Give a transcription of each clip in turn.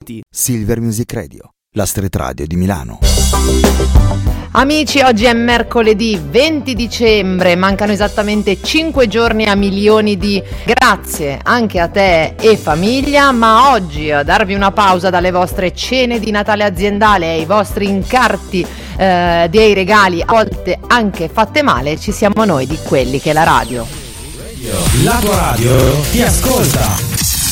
Senti Silver Music Radio, la street radio di Milano. Amici, oggi è mercoledì 20 dicembre, mancano esattamente 5 giorni a milioni di grazie anche a te e famiglia, ma oggi a darvi una pausa dalle vostre cene di Natale aziendale e ai vostri incarti dei regali, a volte anche fatte male, ci siamo noi di Quelli che la radio. La tua radio ti ascolta.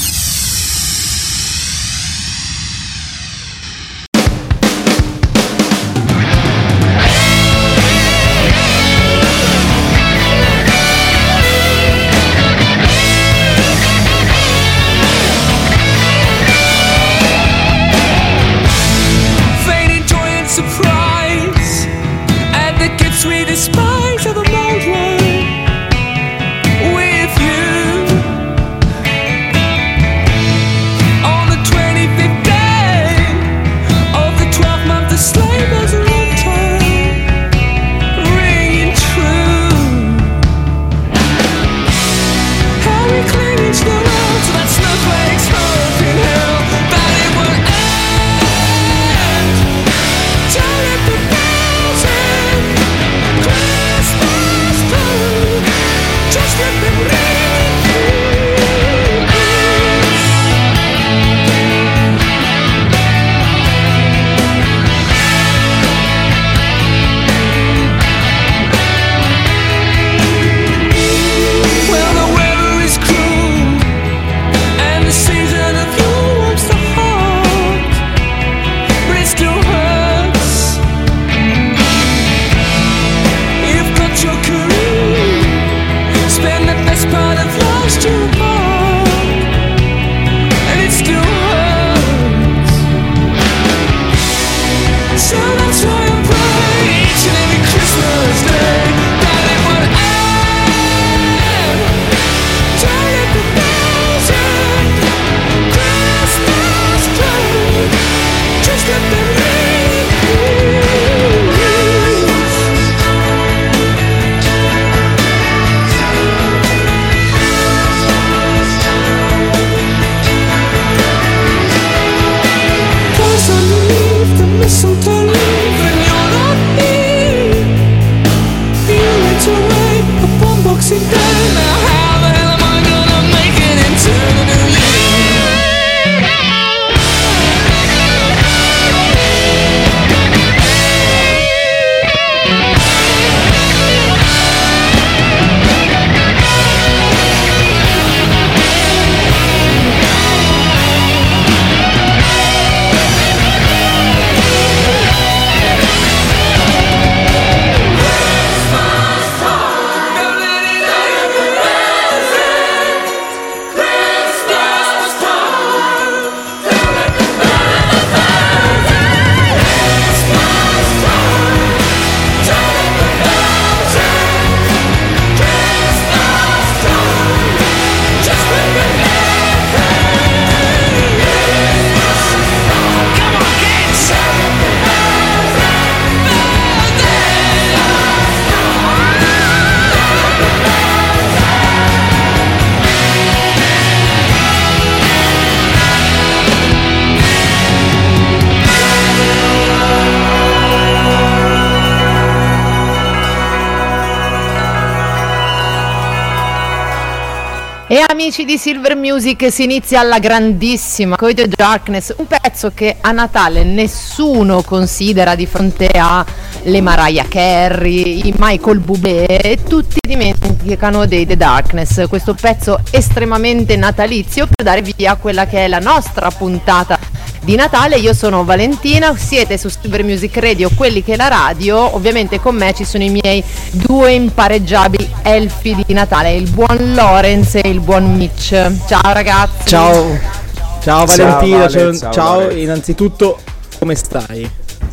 E amici di Silver Music, si inizia alla grandissima con The Darkness, un pezzo che a Natale nessuno considera di fronte a le Mariah Carey, i Michael Bublé, e tutti dimenticano dei The Darkness, questo pezzo estremamente natalizio per dare via a quella che è la nostra puntata di Natale. Io sono Valentina, siete su Silver Music Radio, Quelli che la radio. Ovviamente con me ci sono i miei due impareggiabili elfi di Natale, il buon Lorenz e il buon Mitch. Ciao ragazzi. Ciao Valentina, ciao, Vale, ciao. Vale. Innanzitutto, come stai?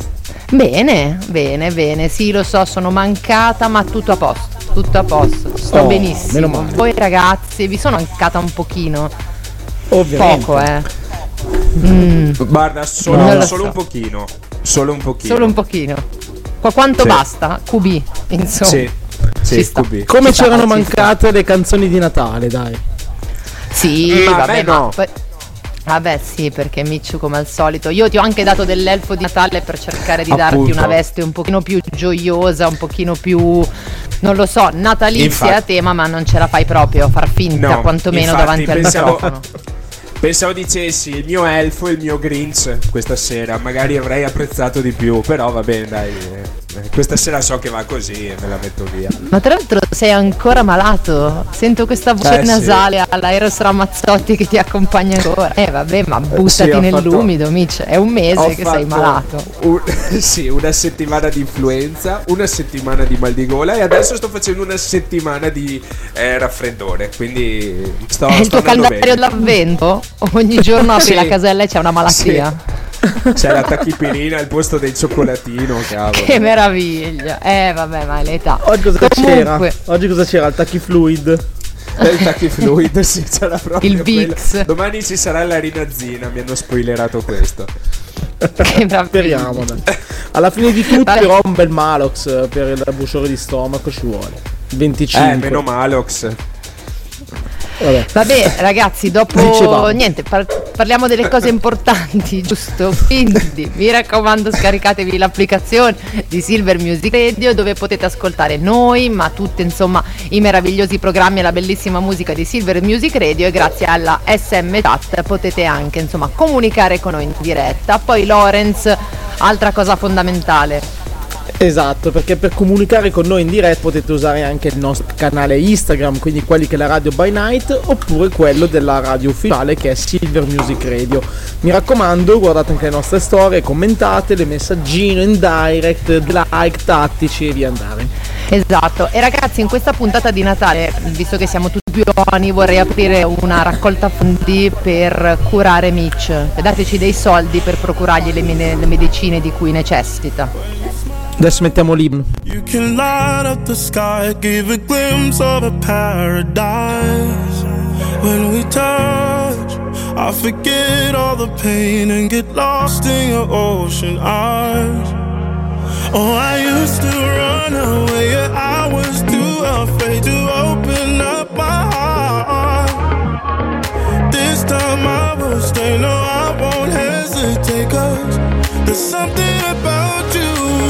Bene, sì, lo so, sono mancata, ma tutto a posto, sto benissimo. Meno male. Voi ragazzi, vi sono mancata un pochino? Ovviamente. Poco, Guarda, solo un pochino. Solo un pochino. Quanto Sì. basta? QB, insomma. Sì, Ci sta. QB. Come Ci c'erano sta. mancate le canzoni di Natale, dai. Sì, Ma vabbè, no. ma Vabbè sì, perché Micciu come al solito. Io ti ho anche dato dell'elfo di Natale per cercare di darti una veste un pochino più gioiosa, un pochino più, non lo so, natalizia a tema, ma non ce la fai proprio, far finta quantomeno davanti al microfono. Pensavo dicessi il mio elfo e il mio Grinch questa sera, magari avrei apprezzato di più, però va bene dai, questa sera so che va così e me la metto via. Ma tra l'altro sei ancora malato, sento questa voce nasale all'Aeros Ramazzotti che ti accompagna ancora. Vabbè, ma buttati nell'umido, Mitch, è un mese che sei malato. Una settimana di influenza, una settimana di mal di gola e adesso sto facendo una settimana di raffreddore, quindi sto il tuo calendario bene. D'avvento? Ogni giorno apri la casella e c'è una malattia. C'è la tachipirina al posto del cioccolatino, cavolo. Che meraviglia. Vabbè, ma è l'età. Oggi cosa c'era? Il tachifluid. Il tachifluid, sì, c'era proprio il Vicks. Domani ci sarà la rinazzina, mi hanno spoilerato questo. Speriamo. Alla fine di tutto però un bel Malox per il bruciore di stomaco ci vuole. 25. Meno Malox. Vabbè ragazzi, dopo niente parliamo delle cose importanti, giusto? Quindi mi raccomando, scaricatevi l'applicazione di Silver Music Radio, dove potete ascoltare noi, ma tutti insomma i meravigliosi programmi e la bellissima musica di Silver Music Radio, e grazie alla SM Chat potete anche insomma comunicare con noi in diretta. Poi Lorenz, altra cosa fondamentale. Esatto, perché per comunicare con noi in diretta potete usare anche il nostro canale Instagram, quindi quelli che è la Radio by Night, oppure quello della radio ufficiale che è Silver Music Radio. Mi raccomando, guardate anche le nostre storie, commentate, le messaggino in direct, like tattici e via andare. Esatto, e ragazzi, in questa puntata di Natale, visto che siamo tutti buoni, vorrei aprire una raccolta fondi per curare Mitch. Dateci dei soldi per procurargli le medicine di cui necessita. Adesso mettiamo l'himno. You can light up the sky, give a glimpse of a paradise. When we touch, I forget all the pain and get lost in your ocean eyes. Oh, I used to run away, I was too afraid to open up my heart. This time I will stay, no, I won't hesitate, 'cause there's something about you.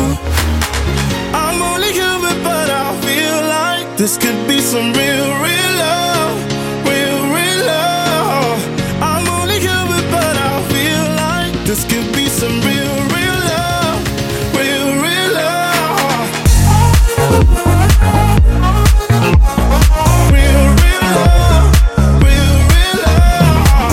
I'm only human, but I feel like this could be some real love, real love. I'm only human, but I feel like this could be some real love, real love. Real love. Real love, real love.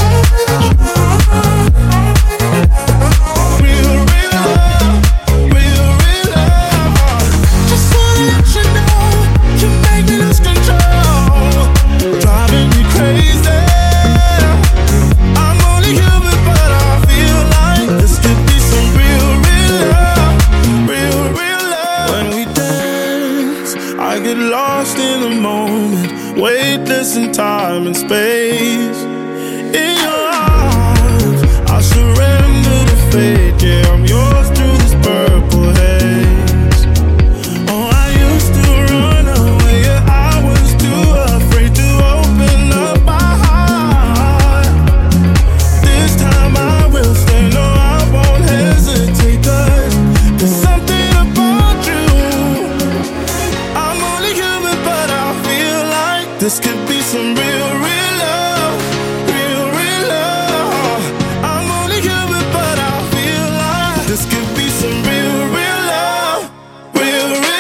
Just wanna let you know, you're making us control, driving me crazy. I'm only human, but I feel like this could be some real love, real love. When we dance, I get lost in the moment, weightless in time and space. In your arms, I surrender to fate. Yeah, I'm yours through this purple haze. Oh, I used to run away, yeah, I was too afraid to open up my heart. This time I will stay, no, I won't hesitate, 'cause there's something about you. I'm only human, but I feel like this could be some real love, real love. I'm only human, but I feel like this could be some real love, real love.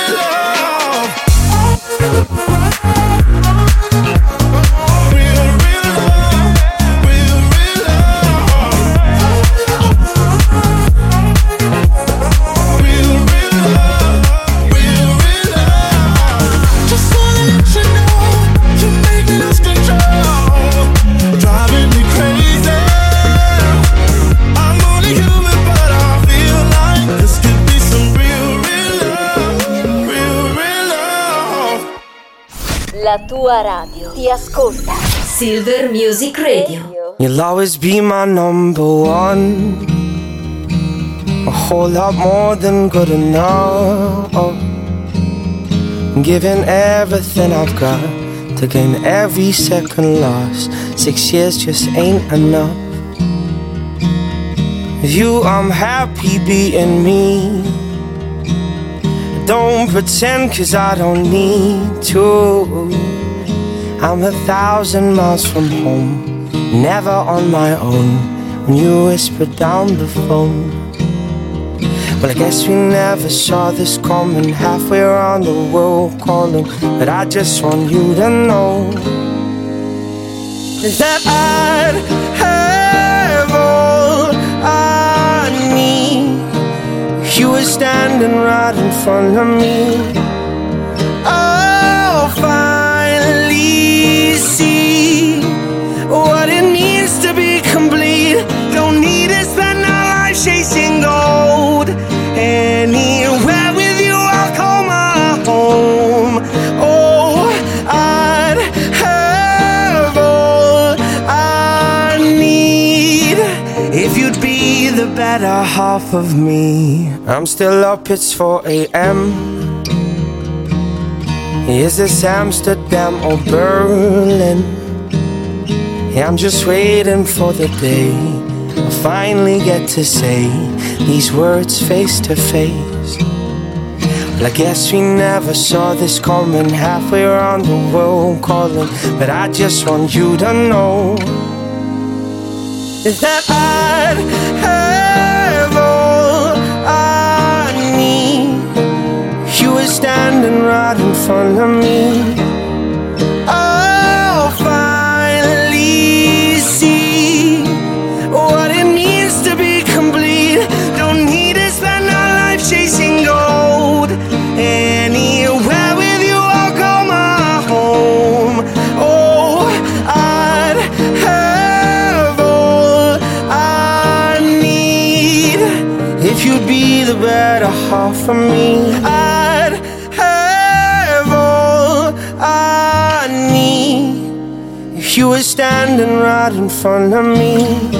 Real love, real love. Real love, real love. Just wanna let you know, you're making us control, driving me crazy. I'm only human, but I feel like this could be some real love, real love. La tua radio ti ascolta. Silver Music Radio. You'll always be my number one. A whole lot more than good enough. Giving everything I've got to gain every second lost. 6 years just ain't enough. With you I'm happy being me. Don't pretend 'cause I don't need to. I'm 1,000 miles from home, never on my own. When you whisper down the phone, well, I guess we never saw this coming. Halfway around the world calling, but I just want you to know that I'd have all I need. You were standing right in front of me. I'll finally see what it means to be complete. Don't need to spend our life chasing gold. Anywhere with you I'll call my home. Oh, I'd have all I need if you'd be the better half of me. I'm still up, it's 4 a.m. Is this Amsterdam or Berlin? Yeah, I'm just waiting for the day I finally get to say these words face to face. Well, I guess we never saw this coming. Halfway around the world calling, but I just want you to know that I'd have all I need. You were standing right in front of me. I'll finally see what it means to be complete. Don't need to spend our life chasing gold. Anywhere with you I'll call my home. Oh, I'd have all I need if you'd be the better half of me. I'd have all I need if you were standing right in front of me.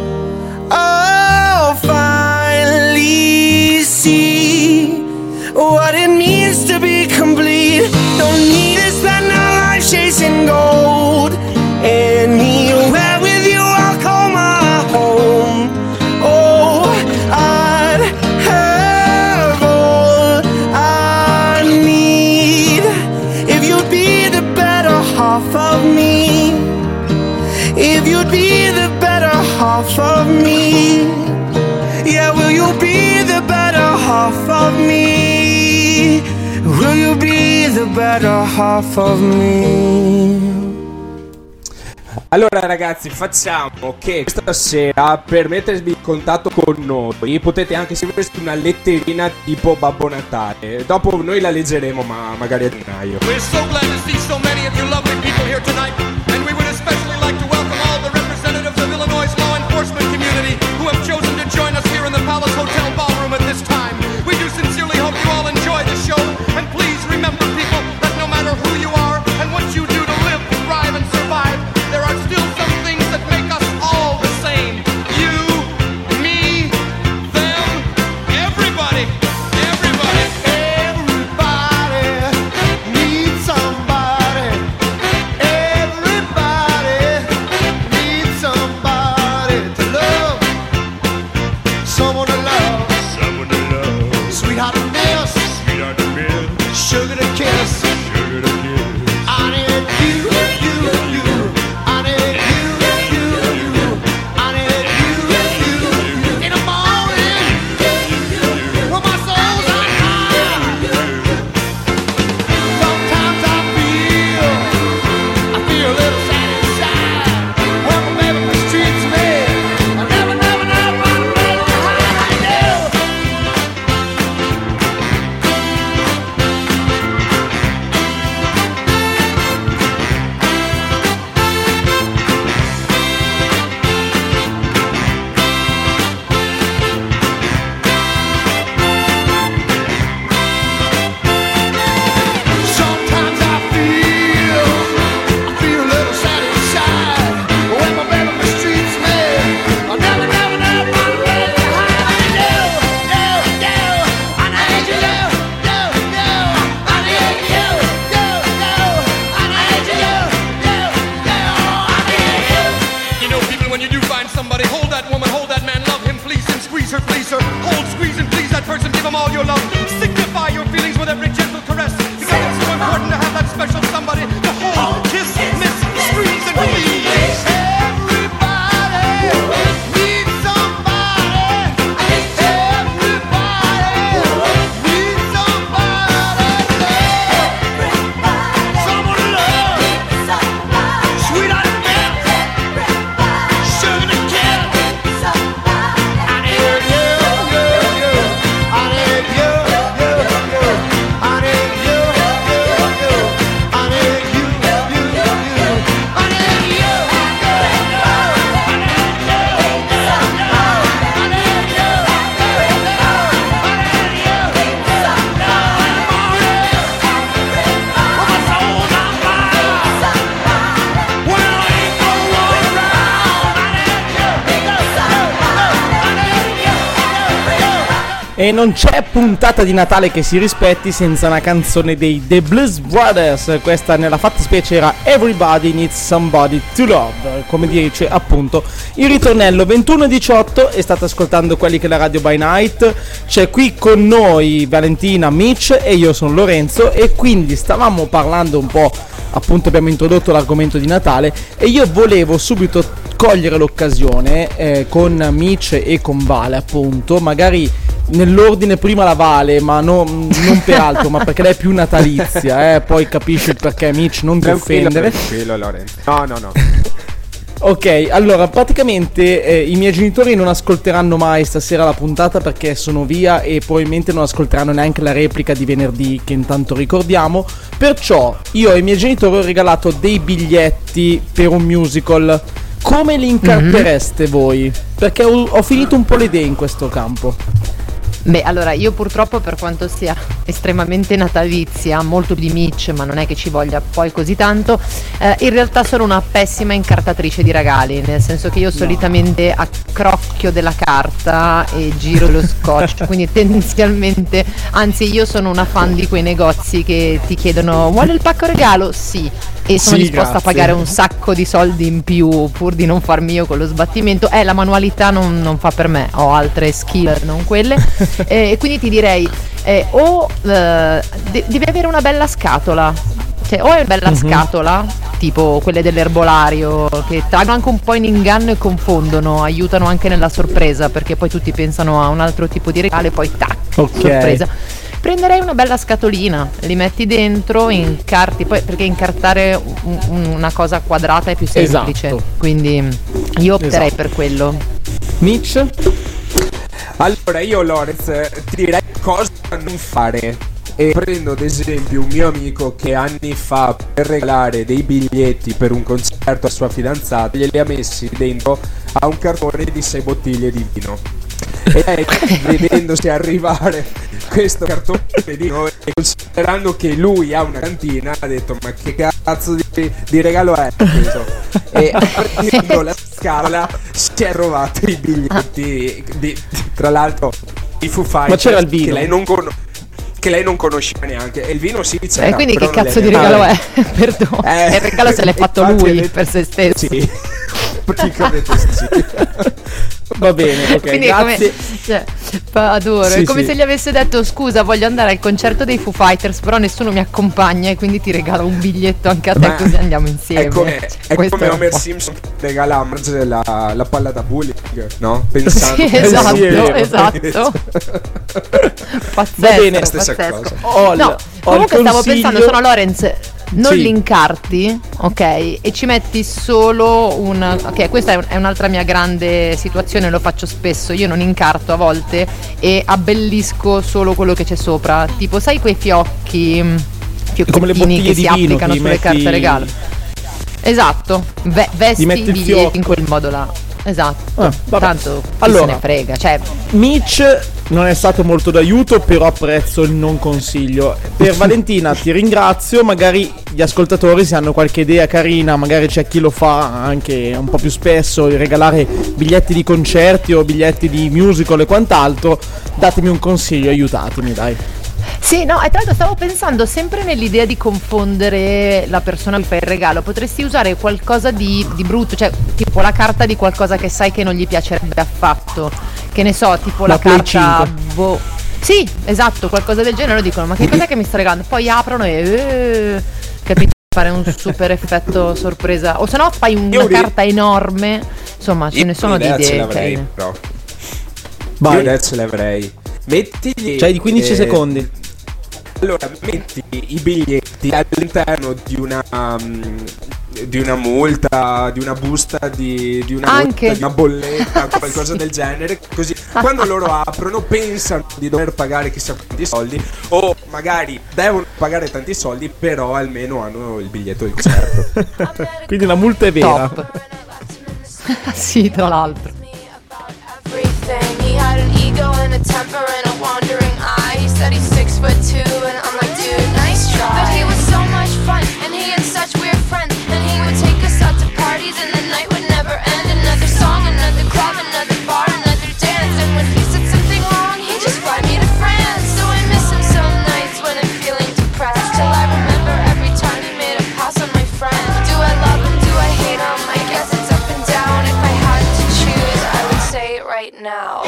I'll finally see what it means to be complete. Don't need to spend our life chasing gold. Anywhere with you I'll call my home. Oh, I'd have all I need if you'd be the better half of me. If you'd be the better half of me. Yeah, will you be the better half of me? Will you be the better half of me? Allora ragazzi, facciamo che questa sera, per mettervi in contatto con noi, potete anche scriverci una letterina tipo Babbo Natale. Dopo noi la leggeremo, ma magari a gennaio. We're so glad to see so many of you lovely people here tonight, and we would especially like to welcome all the representatives of Illinois' law enforcement community who have chosen to join us here in the Palace Hotel Ballroom at this time. We do sincerely hope you all enjoy the show, and please remember, people, that no matter who you are and what you do to live, thrive, and survive, there are still some things that make us all the same. You, me, them, everybody. Everybody. Everybody needs somebody. Everybody needs somebody to love. all your love. Signify your feelings with every gentle caress, because it's so important to have that special somebody to hold, kiss, miss, squeeze, and please. Everybody needs somebody. Everybody needs somebody. Someone to love. Sweetheart and sugar to kill. I need you, I need you, I need you, I need you, I need you, E non c'è puntata di Natale che si rispetti senza una canzone dei The Blues Brothers. Questa nella fattispecie era Everybody Needs Somebody to Love, come dice appunto il ritornello. 21:18, e state ascoltando Quelli che la Radio by Night. C'è qui con noi Valentina, Mitch e io sono Lorenzo, e quindi stavamo parlando un po', appunto abbiamo introdotto l'argomento di Natale, e io volevo subito cogliere l'occasione con Mitch e con Vale, appunto, magari nell'ordine prima la Vale, ma non per altro, ma perché lei è più natalizia, poi capisci il perché, Mitch, non ti offendere. Tranquillo, Lorenzo. No. Ok, allora praticamente i miei genitori non ascolteranno mai stasera la puntata perché sono via, e probabilmente non ascolteranno neanche la replica di venerdì che intanto ricordiamo. Perciò io ai miei genitori ho regalato dei biglietti per un musical. Come li incartereste voi? Perché ho finito un po' le idee in questo campo. Beh, allora io purtroppo, per quanto sia estremamente natalizia, molto di Mitch, ma non è che ci voglia poi così tanto, in realtà sono una pessima incartatrice di regali, nel senso che io solitamente accrocchio della carta e giro lo scotch, quindi tendenzialmente, anzi io sono una fan di quei negozi che ti chiedono: vuole il pacco regalo? Sì. E sono disposta a pagare un sacco di soldi in più pur di non farmi io con lo sbattimento. La manualità non fa per me, ho altre skill, non quelle. E quindi ti direi, devi avere una bella scatola. Cioè, o è una bella scatola, tipo quelle dell'erbolario, che traggono anche un po' in inganno e confondono, aiutano anche nella sorpresa, perché poi tutti pensano a un altro tipo di regalo e poi tac, sorpresa. Prenderei una bella scatolina, li metti dentro, incarti, poi perché incartare una cosa quadrata è più semplice, esatto. Quindi io opterei per quello. Mitch? Allora io, Lorenz, ti direi cosa non fare. E prendo ad esempio un mio amico che anni fa, per regalare dei biglietti per un concerto a sua fidanzata, glieli ha messi dentro a un cartone di 6 bottiglie di vino. E lei, vedendosi arrivare questo cartone di vino e considerando che lui ha una cantina, ha detto: ma che cazzo di regalo è questo? E aprendo la scatola si è trovato i biglietti tra l'altro i Foo Fighters, ma c'era il vino che lei non conosceva neanche, e il vino sì c'era. E quindi che cazzo di regalo è? Perdono. Il regalo se l'è fatto lui per se stesso. Sì, praticamente sì. Va bene, ok, quindi grazie. Adoro, è come se gli avesse detto: scusa, voglio andare al concerto dei Foo Fighters, però nessuno mi accompagna, e quindi ti regalo un biglietto anche a te, così andiamo insieme. È come Homer Simpson regala a Marge la palla da bowling, no? Pensando. Sì, esatto. Pazzesco. Va bene, stessa cosa. Comunque stavo pensando, sono Lorenz, non li incarti, ok, e ci metti solo ok, questa è un'altra mia grande situazione, lo faccio spesso, io non incarto a volte e abbellisco solo quello che c'è sopra, tipo sai quei fiocchettini che si applicano sulle carte regalo, esatto, vesti i biglietti in quel modo là, esatto, tanto chi se ne frega, cioè. Mitch non è stato molto d'aiuto, però apprezzo il non consiglio. Per Valentina ti ringrazio, magari gli ascoltatori, se hanno qualche idea carina, magari c'è chi lo fa anche un po' più spesso, di regalare biglietti di concerti o biglietti di musical e quant'altro, datemi un consiglio, aiutatemi, dai. Sì, no, e tra l'altro stavo pensando sempre nell'idea di confondere la persona che fa il regalo. Potresti usare qualcosa di brutto, cioè tipo la carta di qualcosa che sai che non gli piacerebbe affatto. Che ne so, tipo la carta Sì, esatto, qualcosa del genere, lo dicono, ma che cos'è che mi sta regalando? Poi aprono e capito, fare un super effetto sorpresa, o se no fai una carta enorme, insomma ce ne sono di idee. L'avrei, però. Vai. Io adesso le avrei. Mettigli, C'hai di 15 secondi. Allora, metti i biglietti all'interno di una multa, di una busta, di una multa, di una bolletta, qualcosa del genere. Così quando loro aprono pensano di dover pagare chissà quanti soldi, o magari devono pagare tanti soldi, però almeno hanno il biglietto del concerto. Quindi una multa è vera. Sì, tra l'altro. He had an ego and a temper and a wandering eye. He said he's 6'2" and I'm like, dude, nice try. But he was so much fun and he had such weird friends. And he would take us out to parties and the night would never end. Another song, another club, another bar, another dance. And when he said something wrong, he'd just fly me to France. So I miss him some nights when I'm feeling depressed. Till I remember every time he made a pass on my friend. Do I love him? Do I hate him? I guess it's up and down. If I had to choose, I would say it right now.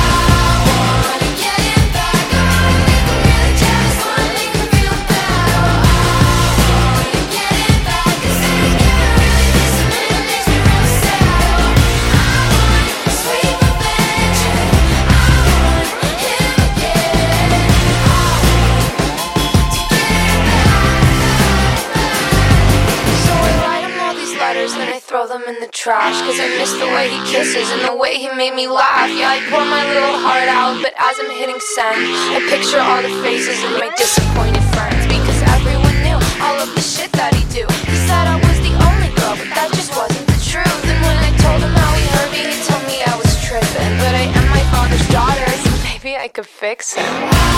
And I throw them in the trash, cause I miss the way he kisses and the way he made me laugh. Yeah, I pour my little heart out, but as I'm hitting send, I picture all the faces of my disappointed friends. Because everyone knew all of the shit that he do. He said I was the only girl, but that just wasn't the truth. And when I told him how he hurt me, he told me I was tripping. But I am my father's daughter, so maybe I could fix him.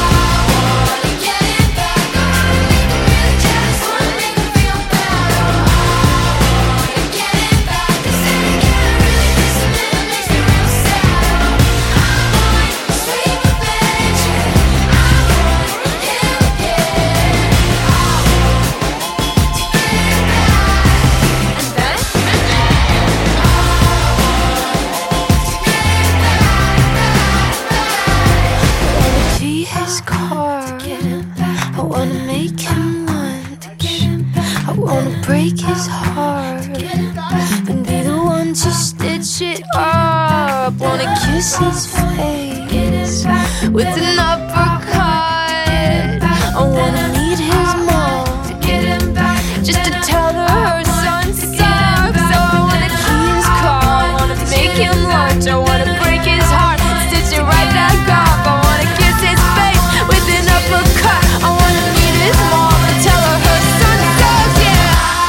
Break his heart and be the one to stitch it up. Wanna kiss his face with an uppercut. I wanna meet his mom to get him back, just to tell her her son sucks. I wanna key his car, I wanna make him lunch, I wanna break his heart, stitch it right back up. I wanna kiss his face with an uppercut. I wanna meet his mom and tell her her son sucks. Yeah.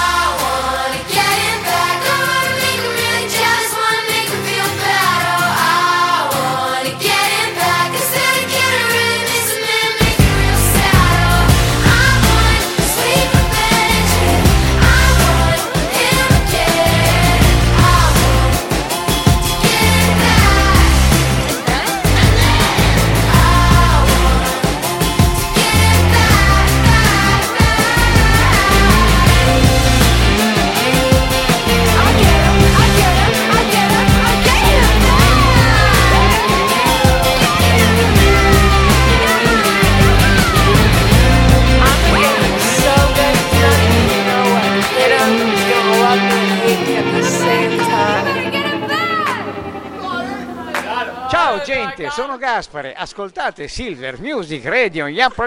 Ciao gente, sono Gaspare, ascoltate Silver Music Radio.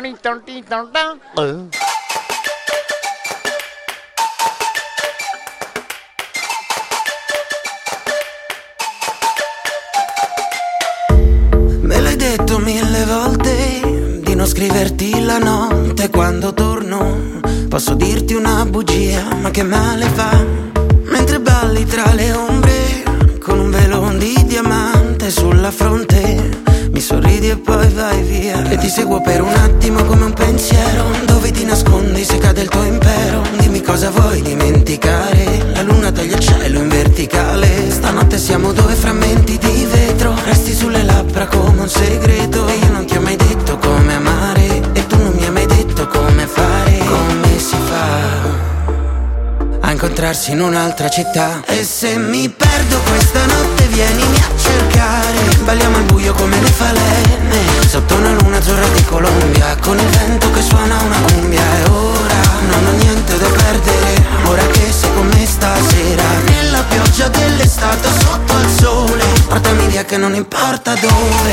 Me l'hai detto 1000 volte di non scriverti la notte quando torno. Posso dirti una bugia, ma che male fa? Mentre balli tra le ombre con un velo di diamante sulla fronte, mi sorridi e poi vai via. E ti seguo per un attimo come un pensiero. Dove ti nascondi se cade il tuo impero? Dimmi cosa vuoi dimenticare. La luna taglia il cielo in verticale. Stanotte siamo due frammenti di vetro. Resti sulle labbra come un segreto. E io non ti ho mai detto come amare, e tu non mi hai mai detto come fare. Come si fa a incontrarsi in un'altra città? E se mi perdo questa notte vienimi a cercare. Balliamo al buio come le falene, sotto una luna azzurra di Colombia, con il vento che suona una cumbia. E ora non ho niente da perdere, ora che sei con me stasera, nella pioggia dell'estate sotto al sole. Portami via che non importa dove,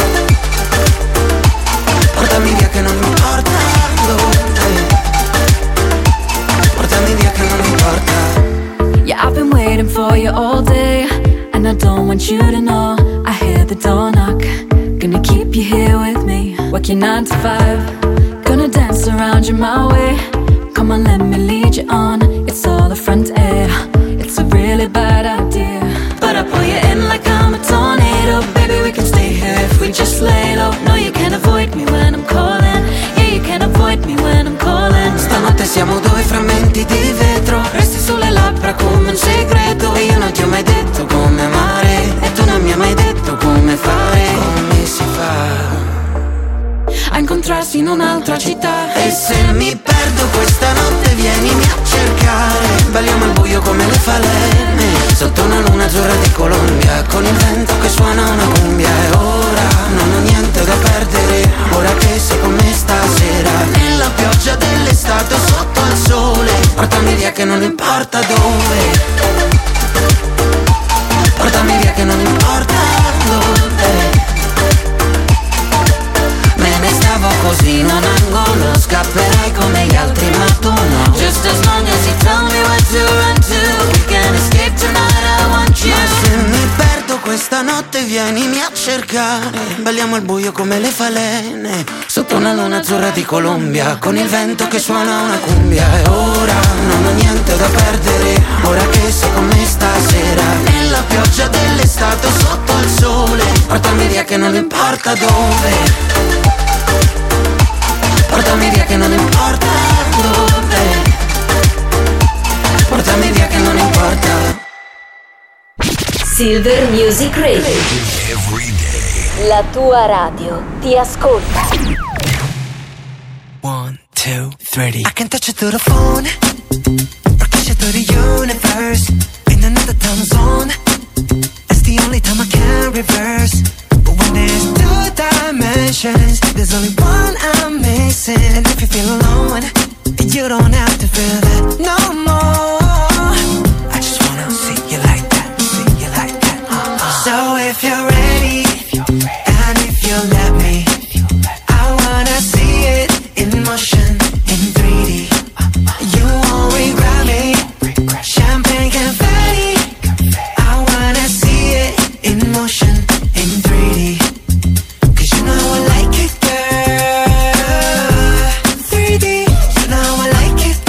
portami via che non importa dove, portami via che non importa. Yeah, I've been waiting for you all day, and I don't want you to know. I hear the door knock, gonna keep you here with me. Work your 9 to 5, gonna dance around you my way. Come on, let me lead you on. It's all the front air, it's a really bad idea, but I pull you in like I'm a tornado. Baby, we can stay here if we just lay low. No, you can't avoid me when I'm calling. Yeah, you can't avoid me when I'm calling. Stanotte siamo due frammenti di vetro, resti sulle labbra come un segreto. Io non ti ho mai detto come amare, e tu non mi hai mai detto come fare. Come si fa a incontrarsi in un'altra città? E se mi perdo questa notte vienimi a cercare. Balliamo al buio come le falene, sotto una luna azzurra di Colombia, con il vento che suona una cumbia. E ora non ho niente da perdere, ora che sei con me stasera, nella pioggia dell'estate sotto al sole. Portami via che non importa dove, portami via che non importa dove. Me ne stavo così, non angolo, scapperai come gli altri ma tu no. Just as long as you tell me where to run to, we can escape tonight, I want you. Ma se mi perdo questa notte vienimi a cercare. Balliamo al buio come le falene, sotto una luna azzurra di Colombia, con il vento che suona una cumbia. E ora non ho niente da perdere, ora che sei con me stasera, nella pioggia dell'estate sotto al sole. Portami via che non importa dove, portami via che non importa dove, portami via che non importa. Silver Music Radio. La tua radio ti ascolta. 1, 2, 3. I can touch it through the phone, or kiss it through the universe. In another time zone, that's the only time I can reverse. But when there's 2 dimensions, there's only one I'm missing. And if you feel alone, you don't have to feel that no more. I just wanna see you like that, see you like that. So if you're ready, and if you let me, I wanna see it in motion, in 3D. You won't regret me. Champagne confetti. I wanna see it in motion, in 3D. 'Cause you know I like it, girl. 3D. You know I like it,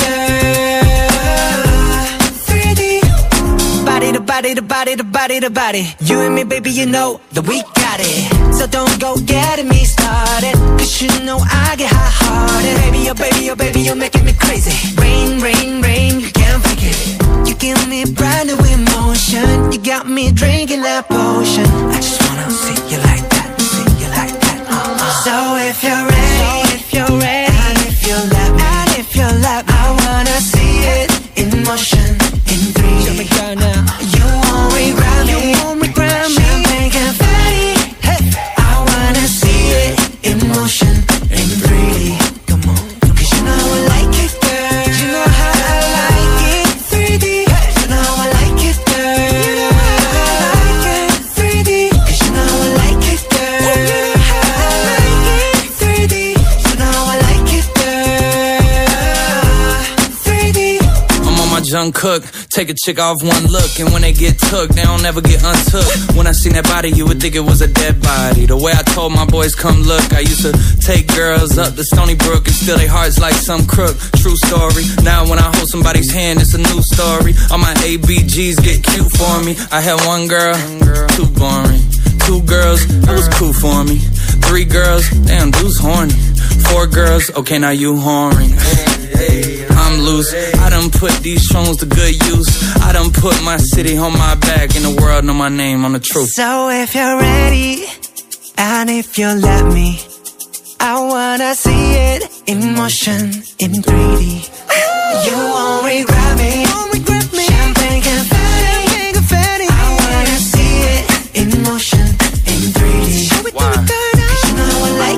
girl. 3D. Body to body to body to body to body. You and me, baby, you know that we got it. So don't go getting me started, 'cause you know I get hot-hearted. Baby, oh baby, oh baby, you're making me crazy. Rain, rain, rain, you can't fake it. You give me brand new emotion. You got me drinking that potion. I just wanna see you like that, see you like that. So if you're ready, if you're ready, and if you let me, and if you let me, I wanna see it in motion, in 3D. Show me girl now. You won't regret me. You won't regret me. Champagne confetti. Hey, I wanna see it in motion, in 3D. Come on, 'cause you know I like it, girl. You know how I like it, 3D. You know I like it, girl. You know how I like it, 3D. 'Cause you know I like it, girl. You know how I like it, 3D. You know I like it, girl. 3D. I'm on my Jung Cook, take a chick off one look, and when they get took, they don't ever get untook. When I seen that body, you would think it was a dead body. The way I told my boys, come look, I used to take girls up to Stony Brook and steal their hearts like some crook. True story. Now when I hold somebody's hand, it's a new story. All my ABGs get cute for me. I had one girl, too boring. 2 girls, that was cool for me. 3 girls, damn, dude's horny. 4 girls, okay, now you whoring. I'm loose, I done put these songs to good use. I done put my city on my back, and the world know my name, I'm the truth. So if you're ready, and if you let me, I wanna see it in motion, in 3D. You won't regret me. Champagne confetti. I wanna see it in motion, in 3D. Why? 'Cause you know I like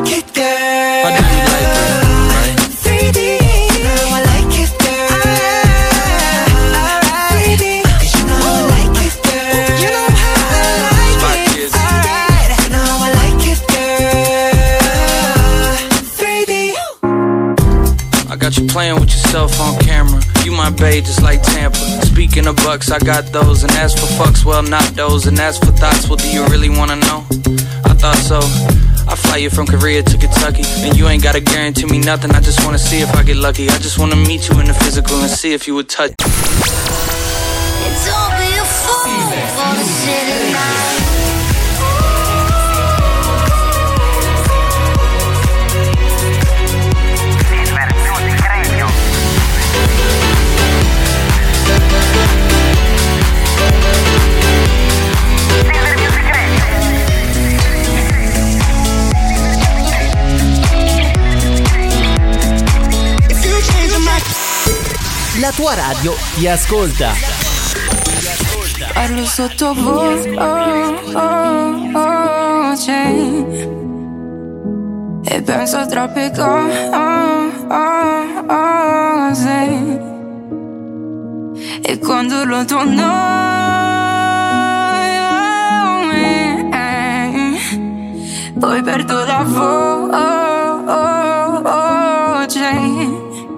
you playing with yourself on camera. You my babe just like Tampa. Speaking of bucks, I got those. And as for fucks, well, not those. And as for thoughts, well, do you really wanna know? I thought so. I fly you from Korea to Kentucky, and you ain't gotta guarantee me nothing. I just wanna see if I get lucky. I just wanna meet you in the physical and see if you would touch. Don't be a fool for the city lights. La tua radio ti ascolta. Parlo sottovoce e penso a troppe cose. E quando lo tuo nome poi perdo la voce.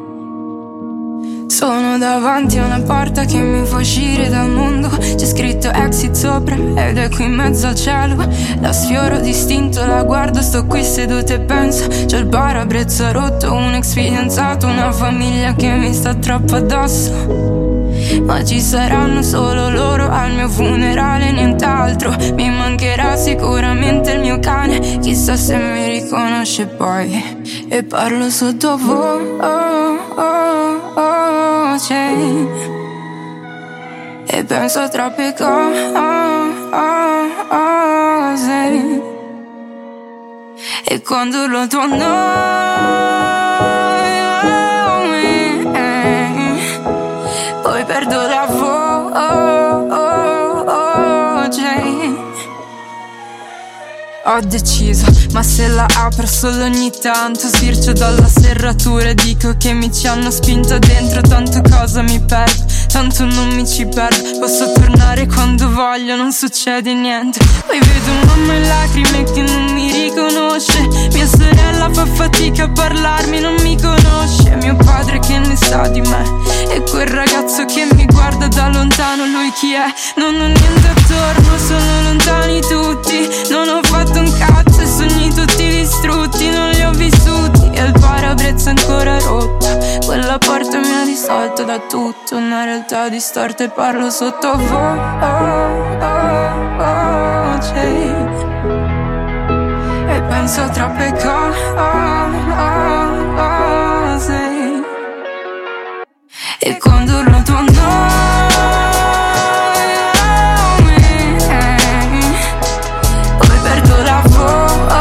Sono davanti a una porta che mi fa uscire dal mondo. C'è scritto exit sopra ed è qui in mezzo al cielo. La sfioro distinto, la guardo, sto qui seduta e penso. C'ho il parabrezza rotto, un ex fidanzato, una famiglia che mi sta troppo addosso. Ma ci saranno solo loro al mio funerale, nient'altro. Mi mancherà sicuramente il mio cane, chissà se mi riconosce poi. E parlo sottovoce e penso a troppe cose. E quando lo tuo nome poi perdo la voce. Ho deciso, ma se la apro solo ogni tanto sbircio dalla serratura e dico che mi ci hanno spinto dentro. Tanto cosa mi perdo, tanto non mi ci perdo. Posso tornare quando voglio, non succede niente. Poi vedo mamma in lacrime che non mi riconosce. Mia sorella fa fatica a parlarmi, non mi conosce. Mio padre che ne sa di me. E quel ragazzo che mi guarda da lontano, lui chi è? Non ho niente attorno, sono lontani tutti. Non ho fatto un cazzo e sogni tutti distrutti, non li ho vissuti. E il parabrezza ancora rotto, quella porta mi ha dissolto da tutto. Una realtà distorta e parlo sottovoce e penso a troppe cose. E quando lo tuo nome poi perdo la voce.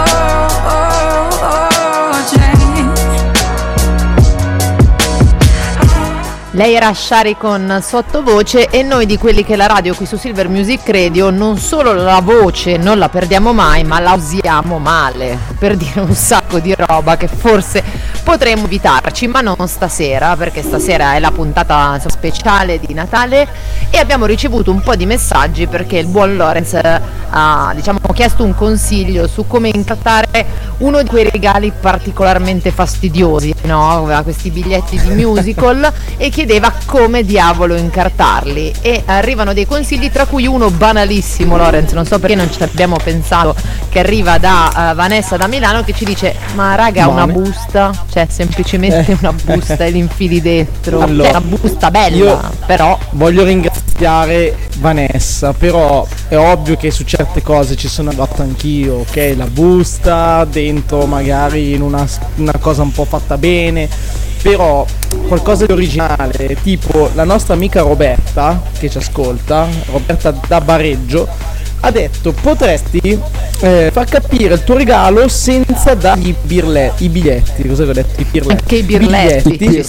Lei era Shari con Sottovoce e noi di quelli che la radio qui su Silver Music Radio non solo la voce non la perdiamo mai, ma la usiamo male per dire un sacco di roba che forse potremmo evitarci, ma non stasera, perché stasera è la puntata speciale di Natale e abbiamo ricevuto un po' di messaggi perché il buon Lorenz ha chiesto un consiglio su come incartare uno di quei regali particolarmente fastidiosi, no? Aveva questi biglietti di musical e chiedeva come diavolo incartarli e arrivano dei consigli, tra cui uno banalissimo, Lorenz, non so perché non ci abbiamo pensato, che arriva da Vanessa da Milano, che ci dice: ma raga, una busta, cioè semplicemente una busta e l'infili dentro. Allora, una busta bella, io però voglio ringraziare Vanessa, però è ovvio che su certe cose ci sono andato anch'io, ok? La busta dentro magari in una cosa un po' fatta bene, però qualcosa di originale, tipo la nostra amica Roberta che ci ascolta, Roberta da Bareggio, ha detto: potresti far capire il tuo regalo senza dargli i biglietti. Cosa ho detto? I birletti. Che i birletti.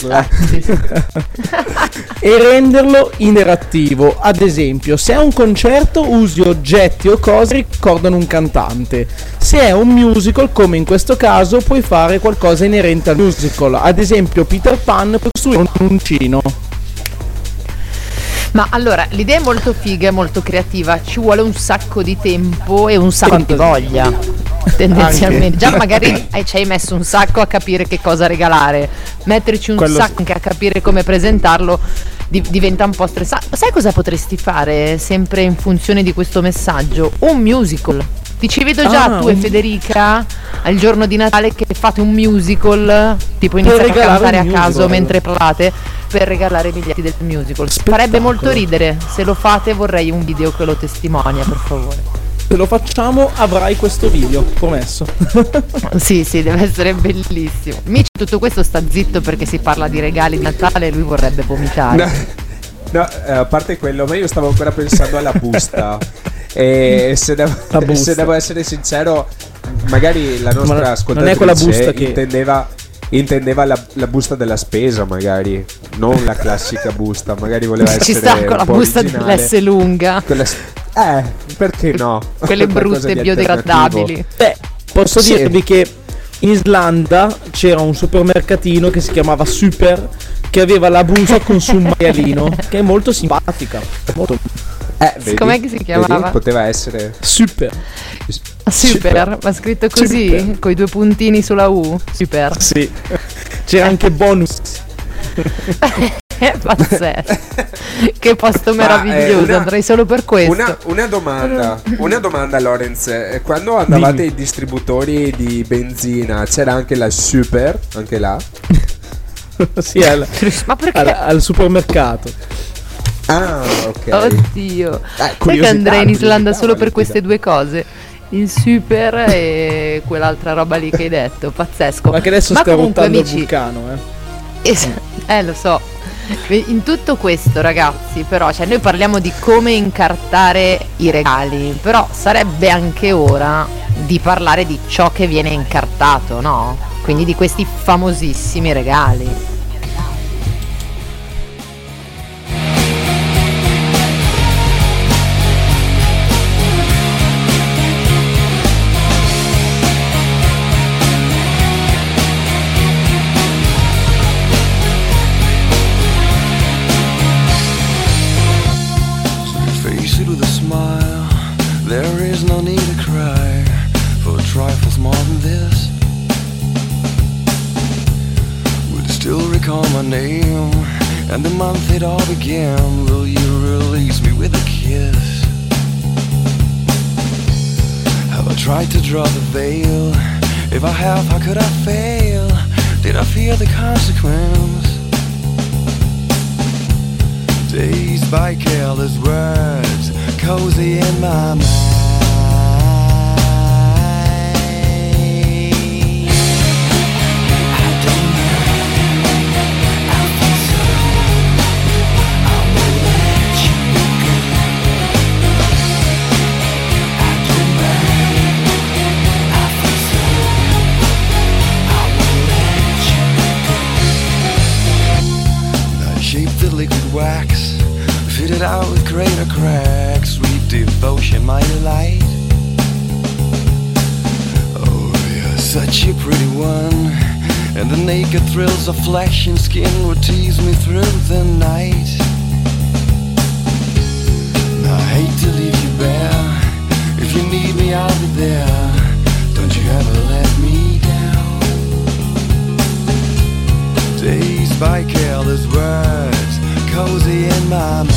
E renderlo interattivo. Ad esempio, se è un concerto usi oggetti o cose che ricordano un cantante. Se è un musical, come in questo caso, puoi fare qualcosa inerente al musical. Ad esempio, Peter Pan puoi costruire un uncino. Ma allora, l'idea è molto figa, è molto creativa, ci vuole un sacco di tempo e un sacco di voglia. tendenzialmente. Già magari ci hai messo un sacco a capire che cosa regalare, metterci un sacco anche a capire come presentarlo diventa un po' stressante. Sai cosa potresti fare sempre in funzione di questo messaggio? Un musical. Ti ci vedo già tu e Federica al giorno di Natale che fate un musical, tipo iniziate a cantare a caso mentre parlate per regalare i biglietti del musical. Farebbe molto ridere. Se lo fate vorrei un video che lo testimonia, per favore. Se lo facciamo avrai questo video, promesso. Sì, deve essere bellissimo. Mici tutto questo sta zitto perché si parla di regali di Natale e lui vorrebbe vomitare. No, a parte quello, ma io stavo ancora pensando alla busta. E se devo essere sincero, magari la nostra ascoltatrice non è quella busta che intendeva la busta della spesa, magari non la classica busta, magari voleva essere ci sta con la busta originale. dell'S lunga. Perché no? Quelle brutte e biodegradabili. Posso dirvi che in Islanda c'era un supermercatino che si chiamava Super, che aveva la busta con su un maialino, che è molto simpatica. Molto. Com'è che si chiamava? Vedi? Poteva essere Super, ma scritto così, con i 2 puntini sulla U. Super. Sì. C'era anche bonus. È pazzesco. Che posto meraviglioso, andrei solo per questo. Una domanda Lorenz, quando andavate ai distributori di benzina c'era anche la Super, anche là? Sì, ma perché? Al supermercato. Ah, ok. Oddio. Perché andrei in Islanda solo per queste 2 cose? Il Super e quell'altra roba lì che hai detto. Pazzesco. Ma che adesso sta ruotando il vulcano, lo so. In tutto questo, ragazzi, però, cioè, noi parliamo di come incartare i regali, però sarebbe anche ora di parlare di ciò che viene incartato, no? Quindi di questi famosissimi regali. And the month it all began, will you release me with a kiss? Have I tried to draw the veil? If I have, how could I fail? Did I fear the consequence? Dazed by careless words, cozy in my mind. Wax, fitted out with greater cracks, sweet devotion, my delight. Oh, you're such a pretty one, and the naked thrills of flesh and skin would tease me through the night. Now, I hate to leave you bare. If you need me, I'll be there. Don't you ever let me down. Dazed by careless words, cozy in my mind.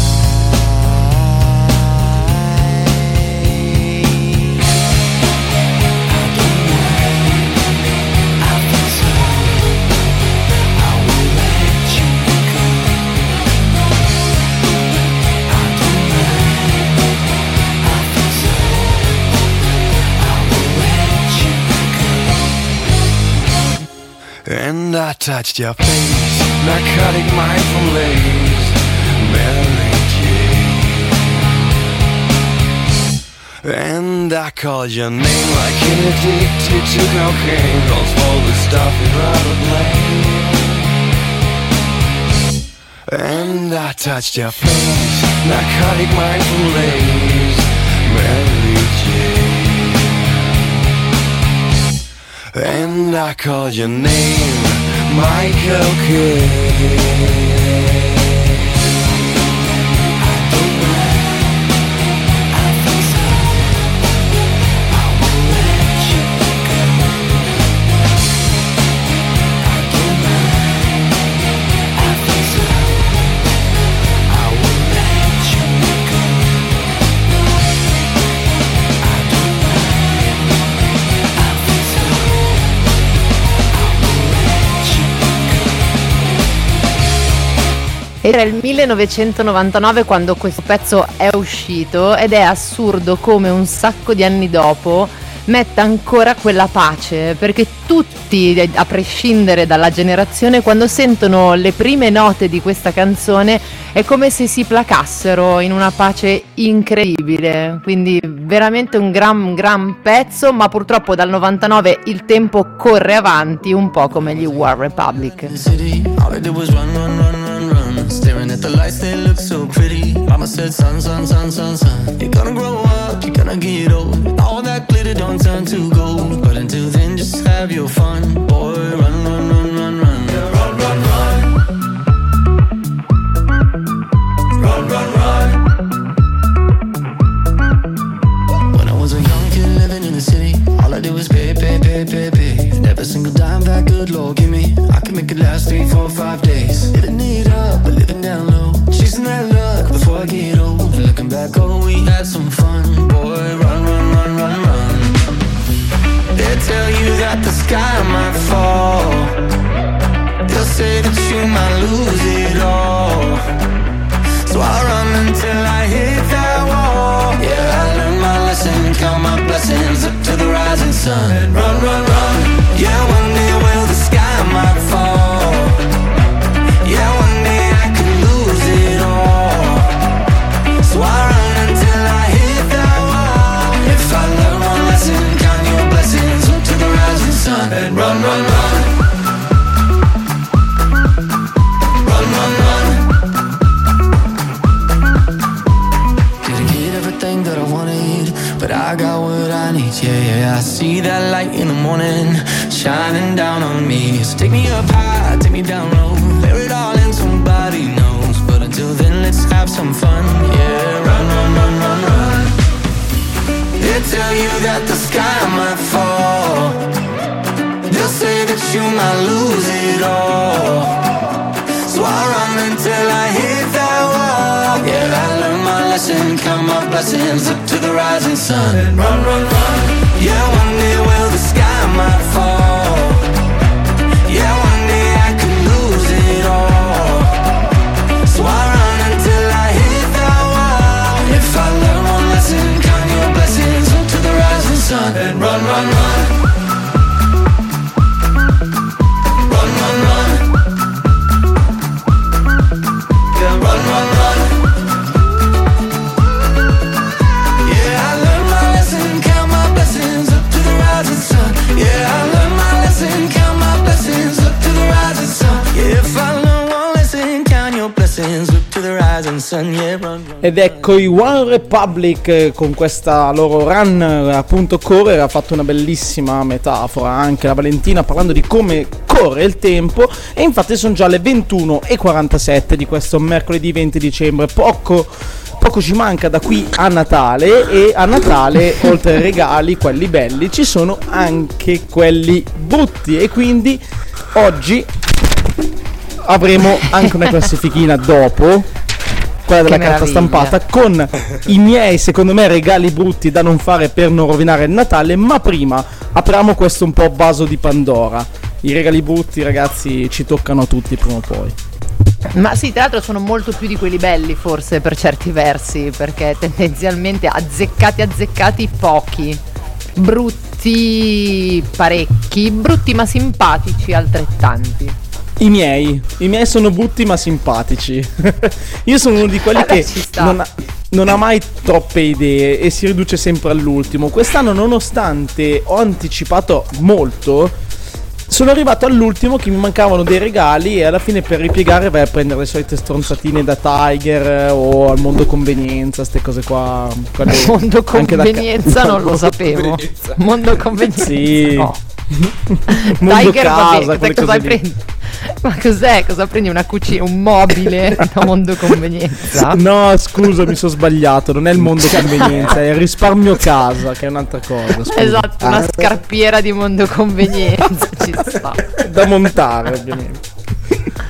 And I touched your face, narcotic mind from lace, Mary Jane. And I called your name like an addicted to cocaine, calls all the stuff you'd rather blame. And I touched your face, narcotic mind from lace, Mary Jane. And I called your name, Michael Kidd. I feel so, I will let you Era il 1999 quando questo pezzo è uscito ed è assurdo come un sacco di anni dopo metta ancora quella pace, perché tutti, a prescindere dalla generazione, quando sentono le prime note di questa canzone è come se si placassero in una pace incredibile. Quindi veramente un gran pezzo, ma purtroppo dal 99 il tempo corre avanti, un po' come gli War Republic. Staring at the lights, they look so pretty. Mama said, son, son, son, son, son, you're gonna grow up, you're gonna get old. All that glitter don't turn to gold. But until then, just have your fun. Boy, run, run, run, run, run. Run, run, run. Run, run, run. When I was a young kid living in the city, all I did was pay, pay, pay, pay, pay. Every single dime that good Lord give me, I could make it last 3, 4, 5 days. Living it up, but living down low, chasing that luck before I get old. And looking back, oh, we had some fun. Boy, run, run, run, run, run. They tell you that the sky might fall. They'll say that you might lose it all. So I run until I hit that wall. Yeah, I learned my lesson, count my blessings up to the rising sun. And run, run, run. Yeah, one day will the sky might fall. Yeah, one day I could lose it all. So I run until I hit that wall. If I learn one lesson, count your blessings up to the rising sun. And run, run, run. Run, run, run. Didn't get everything that I wanted, but I got what I need. Yeah, yeah, I see that light in the morning shining down on me. So take me up high, take me down low, bear it all in, somebody knows. But until then, let's have some fun. Yeah, run, run, run, run, run. They tell you that the sky might fall. They'll say that you might lose it all. So I run until I hit that wall. Yeah, I learned my lesson, count my blessings up to the rising sun. And run, run, run. Yeah, one day will the sky might fall. Yeah, one day I could lose it all. So I run until I hit that wall. If I learn one lesson, count your blessings up to the rising sun. And run, run, run. Run, run, run. Yeah, run, run, run. Yeah, I learned my lesson, count my blessings up to the rising sun. Yeah, I learned my lesson, count my blessings up to the rising sun. Yeah, if I learn one lesson, count your blessings up to the rising sun. Yeah, run, run. Ed ecco, i One Republic con questa loro run appunto correre ha fatto una bellissima metafora anche la Valentina parlando di come corre il tempo, e infatti sono già le 21:47 di questo mercoledì 20 dicembre. Poco ci manca da qui a Natale, e a Natale oltre ai regali, quelli belli, ci sono anche quelli brutti, e quindi oggi avremo anche una classifichina dopo quella della carta stampata con i miei, secondo me, regali brutti da non fare per non rovinare il Natale. Ma prima apriamo questo un po' vaso di Pandora. I regali brutti, ragazzi, ci toccano a tutti prima o poi. Ma sì, tra l'altro sono molto più di quelli belli forse per certi versi, perché tendenzialmente azzeccati pochi, brutti parecchi, brutti ma simpatici altrettanti. I miei sono brutti ma simpatici. Io sono uno di quelli che non ha mai troppe idee e si riduce sempre all'ultimo. Quest'anno, nonostante ho anticipato molto, sono arrivato all'ultimo che mi mancavano dei regali, e alla fine per ripiegare vai a prendere le solite stronzatine da Tiger o al Mondo Convenienza, ste cose qua. Mondo Convenienza non lo sapevo. Mondo Convenienza sì. No. Mondo Tiger, casa, vabbè, cosa prendi? Ma cos'è? Cosa prendi? Una cucina, un mobile da Mondo Convenienza? No, scusa, mi sono sbagliato. Non è il Mondo Convenienza, è il risparmio casa, che è un'altra cosa. Scusa. Esatto, una scarpiera di Mondo Convenienza ci sta. Da montare, ovviamente.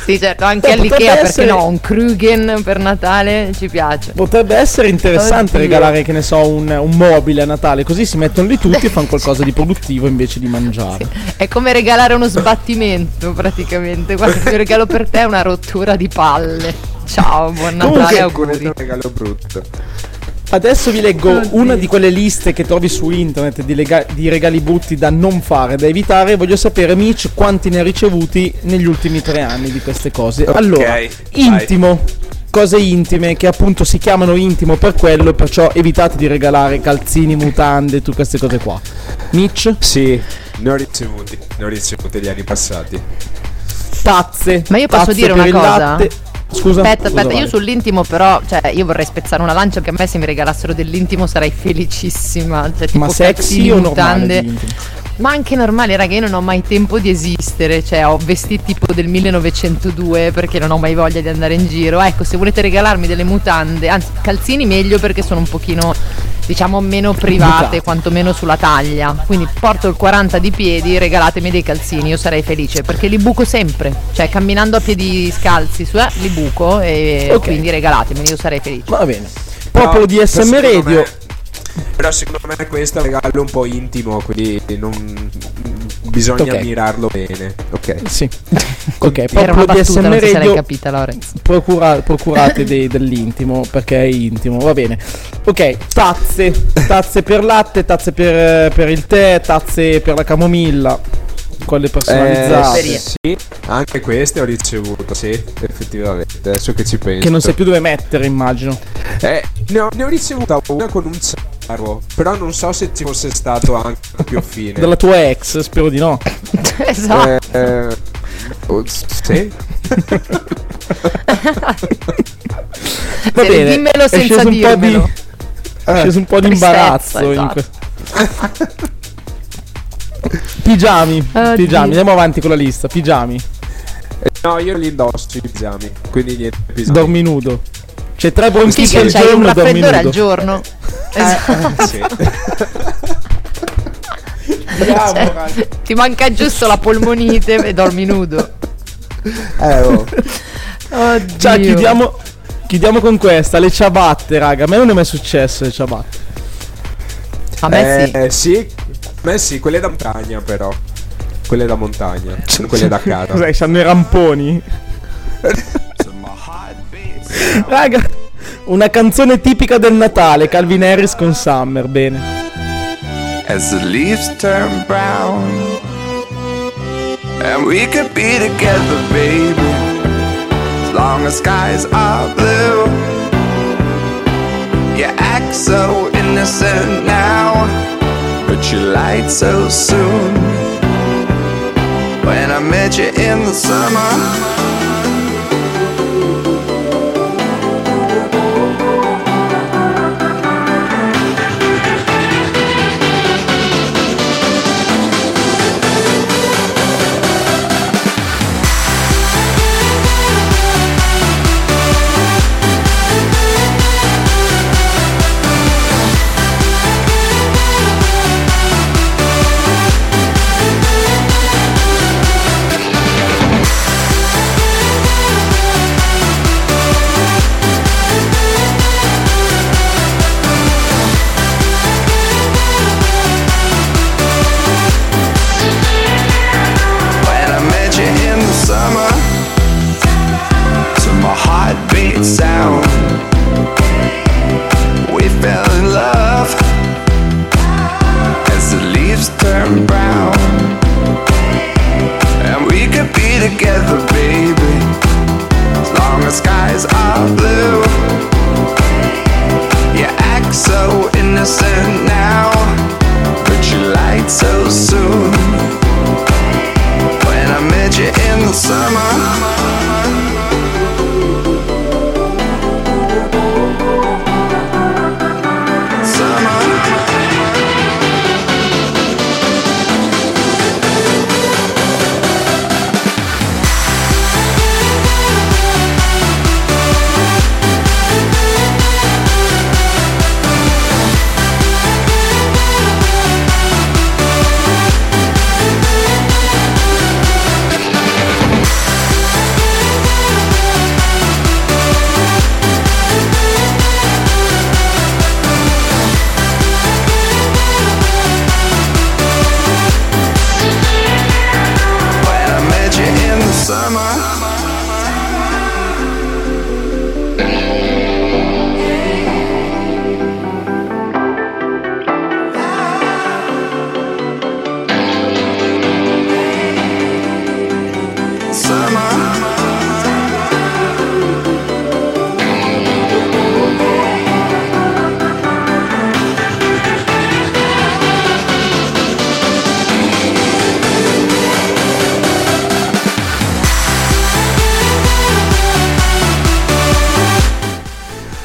Sì, certo, anche all'Ikea perché no, un Krugen per Natale ci piace. Potrebbe essere interessante regalare, che ne so, un mobile a Natale, così si mettono lì tutti e fanno qualcosa di produttivo invece di mangiare. Sì. È come regalare uno sbattimento praticamente. Guarda, il mio regalo per te è una rottura di palle. Ciao, buon Natale, auguri. Un regalo brutto. Adesso vi leggo una di quelle liste che trovi su internet di regali brutti da non fare, da evitare. Voglio sapere, Mitch, quanti ne ha ricevuti negli ultimi 3 anni di queste cose. Allora, intimo, cose intime che appunto si chiamano intimo per quello, perciò evitate di regalare calzini, mutande, tutte queste cose qua. Mitch? Sì, ne ho ricevuti gli anni passati. Tazze. Ma io posso dire una cosa? Latte. Scusa, aspetta, vale. io sull'intimo però, cioè io vorrei spezzare una lancia, che a me se mi regalassero dell'intimo sarei felicissima, cioè tipo ma sexy o normale? Ma anche normale, raga, io non ho mai tempo di esistere, cioè ho vestiti tipo del 1902 perché non ho mai voglia di andare in giro. Ecco, se volete regalarmi delle mutande, anzi calzini meglio perché sono un pochino, diciamo, meno private, quantomeno sulla taglia. Quindi porto il 40 di piedi, regalatemi dei calzini, io sarei felice perché li buco sempre, cioè camminando a piedi scalzi li buco e quindi regalatemeli, io sarei felice. Va bene. Popolo di SM Radio. Però secondo me questo è un regalo un po' intimo, quindi non bisogna mirarlo bene. Ok. Sì. Ok, popolo di SM Radio, se l'hai capita, Lorenzo. Procurate dell'intimo perché è intimo, va bene. Ok, tazze per latte, tazze per il tè, tazze per la camomilla, quelle personalizzate. Sì, anche queste ho ricevuto, sì, effettivamente. Adesso che ci penso, che non sai più dove mettere, immagino. Ne ho ricevuta una con un ciaro, però non so se ci fosse stato anche più fine. Dalla tua ex, spero di no. Esatto. Sì. Va bene, dimmelo senza dirmelo. È sceso un po' di imbarazzo in Pigiami, andiamo avanti con la lista. Pigiami. No, io li indosso i pigiami, quindi niente pigiami. Dormi nudo. C'è 3 bronchiti al c'hai giorno, un dormi raffreddore nudo al giorno. Sì. Cioè, ti manca giusto la polmonite e dormi nudo. Cioè, chiudiamo con questa. Le ciabatte, raga. A me non è mai successo le ciabatte. A me sì. A me sì, quelle da montagna però. Quelle da montagna, sono quelle da casa. Cos'è, c'hanno i ramponi? Raga, una canzone tipica del Natale, Calvin Harris con Summer, bene. As the leaves turn brown and we could be together, baby, as long as skies are blue. You act so innocent now, but you lied so soon. When I met you in the summer,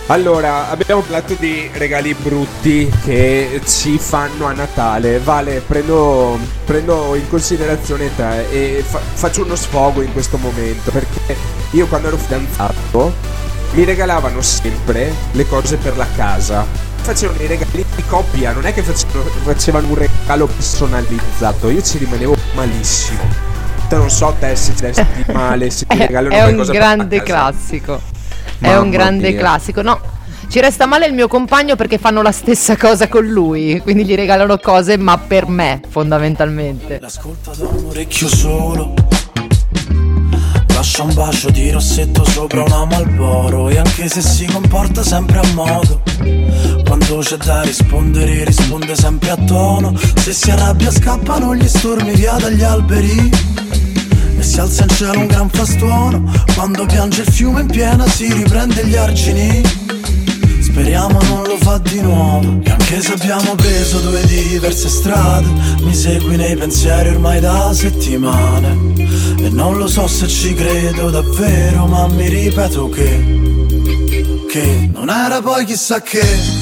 Allora, abbiamo parlato di regali brutti che ci fanno a Natale. Vale, prendo in considerazione te e faccio uno sfogo in questo momento, perché io quando ero fidanzato mi regalavano sempre le cose per la casa. Facevano i regali di coppia, non è che facevano un regalo personalizzato. Io ci rimanevo malissimo. Non so te se ti resti male, se ti regalano qualcosa per la casa. È un grande classico. È un grande classico. No, ci resta male il mio compagno perché fanno la stessa cosa con lui, quindi gli regalano cose ma per me fondamentalmente. L'ascolta da un orecchio solo, lascia un bacio di rossetto sopra una Marlboro, e anche se si comporta sempre a modo, quando c'è da rispondere risponde sempre a tono. Se si arrabbia scappano gli stormi via dagli alberi e si alza in cielo un gran frastuono. Quando piange il fiume in piena si riprende gli argini. Speriamo non lo fa di nuovo. E anche se abbiamo preso due diverse strade, mi segui nei pensieri ormai da settimane. E non lo so se ci credo davvero, ma mi ripeto che non era poi chissà che,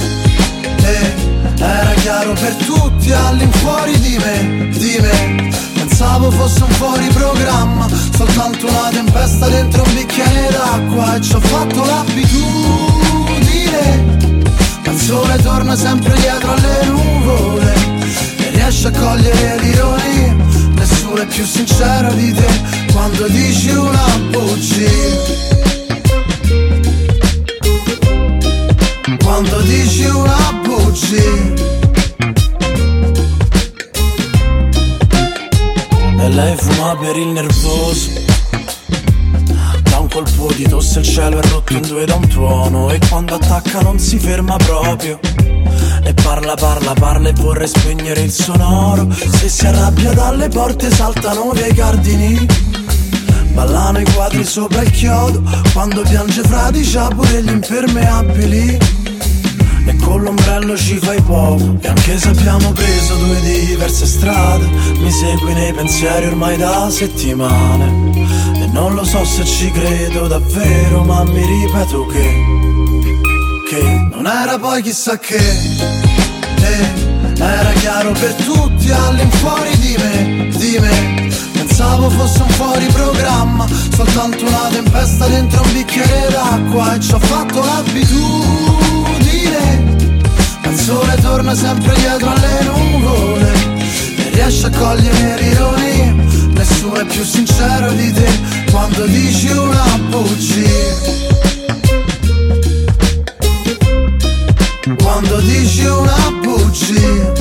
era chiaro per tutti all'infuori di me. Pensavo fosse un fuori programma, soltanto una tempesta dentro un bicchiere d'acqua, e ci ho fatto l'abitudine. Ma il sole torna sempre dietro alle nuvole e riesce a cogliere l'ironia. Nessuno è più sincero di te quando dici una bugia. Quando dici una bugia. E lei fuma per il nervoso, da un colpo di tosse il cielo è rotto in due da un tuono, e quando attacca non si ferma proprio, e parla e vorrei spegnere il sonoro. Se si arrabbia dalle porte saltano via i cardini, ballano i quadri sopra il chiodo, quando piange fradicia pure gli impermeabili. E con l'ombrello ci fai poco. E anche se abbiamo preso due diverse strade, mi segui nei pensieri ormai da settimane. E non lo so se ci credo davvero, ma mi ripeto che non era poi chissà che, era chiaro per tutti all'infuori di me. Pensavo fosse un fuori programma, soltanto una tempesta dentro un bicchiere d'acqua, e ci ho fatto l'abitudine. Ma il sole torna sempre dietro alle nuvole e riesce a cogliere l'ironia. Nessuno è più sincero di te quando dici una bugia. Quando dici una bugia.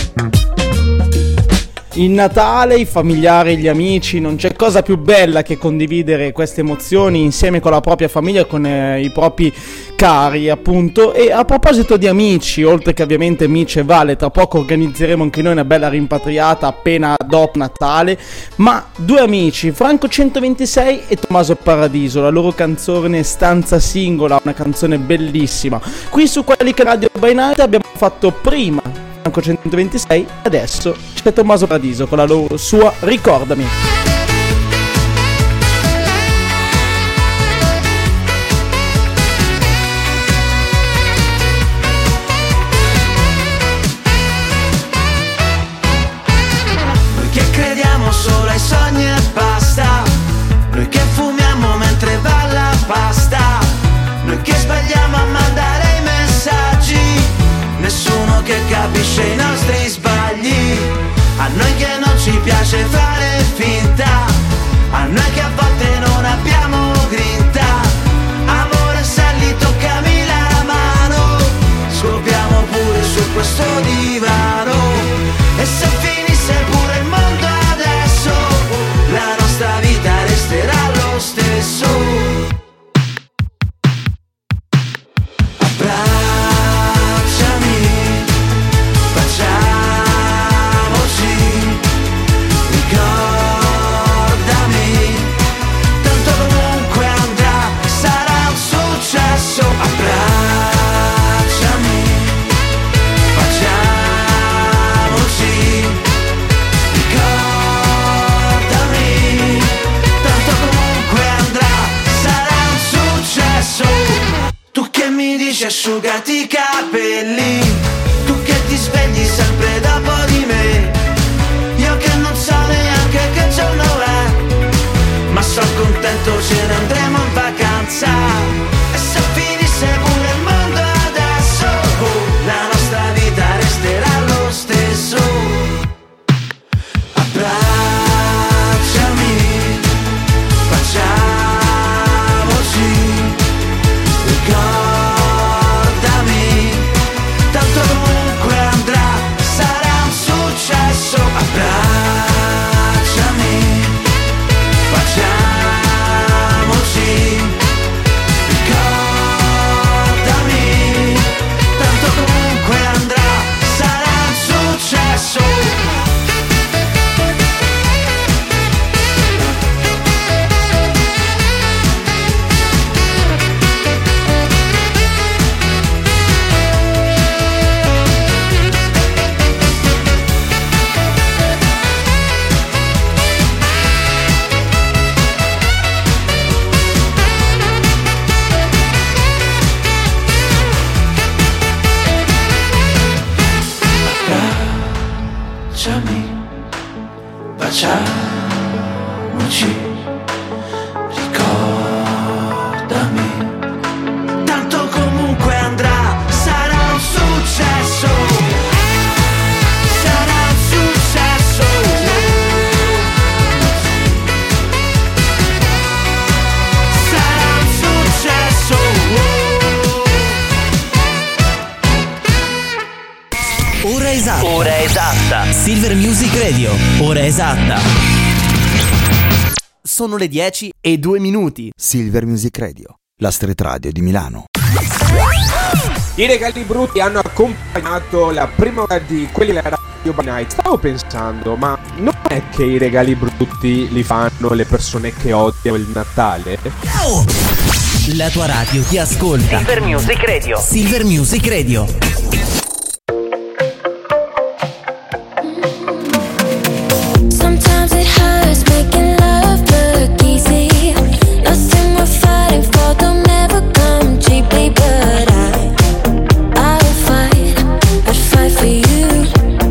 Il Natale, i familiari e gli amici, non c'è cosa più bella che condividere queste emozioni insieme con la propria famiglia e con i propri cari, appunto. E a proposito di amici, oltre che ovviamente Mice e Vale, tra poco organizzeremo anche noi una bella rimpatriata appena dopo Natale, ma due amici, Franco 126 e Tommaso Paradiso, la loro canzone Stanza Singola, una canzone bellissima. Qui su Qualica Radio by Night abbiamo fatto prima Franco 126, adesso c'è Tommaso Paradiso con la sua Ricordami. Noi che crediamo solo ai sogni e basta, noi che fumiamo mentre va la pasta, noi che sbagliamo a mandare i messaggi, nessuno che capisce i nostri sbagli, a noi che non ci piace fare finta, a noi che a volte non abbiamo grinta. Amore, sali, toccami la mano, scopriamo pure su questo divano. E se finisse pure il mondo adesso, la asciugati i capelli, tu che ti svegli sempre dopo di me, io che non so neanche che giorno è, ma sono contento, ce ne andremo in vacanza, e se finisse pure il mondo adesso, la nostra vita resterà lo stesso. Abbracciami, facciamoci, ricordami, tanto comunque andrà, sarà un successo. Abbracciami, facciamoci, ricordami, tanto comunque andrà, sarà un successo. Baciami, baciamoci, ricordami, tanto comunque andrà, sarà un successo, sarà un successo, sarà un successo. Ora esatta. Ora esatta. Silver Music Radio. Ora esatta. Sono le 10:02. Silver Music Radio, la street radio di Milano. I regali brutti hanno accompagnato la prima ora di quelli della Radio by Night. Stavo pensando, ma non è che i regali brutti li fanno le persone che odiano il Natale? La tua radio ti ascolta. Silver Music Radio. Silver Music Radio. Sometimes it hurts making love look easy. Nothing we're fighting for don't ever come cheaply, but I will fight. I'd fight for you.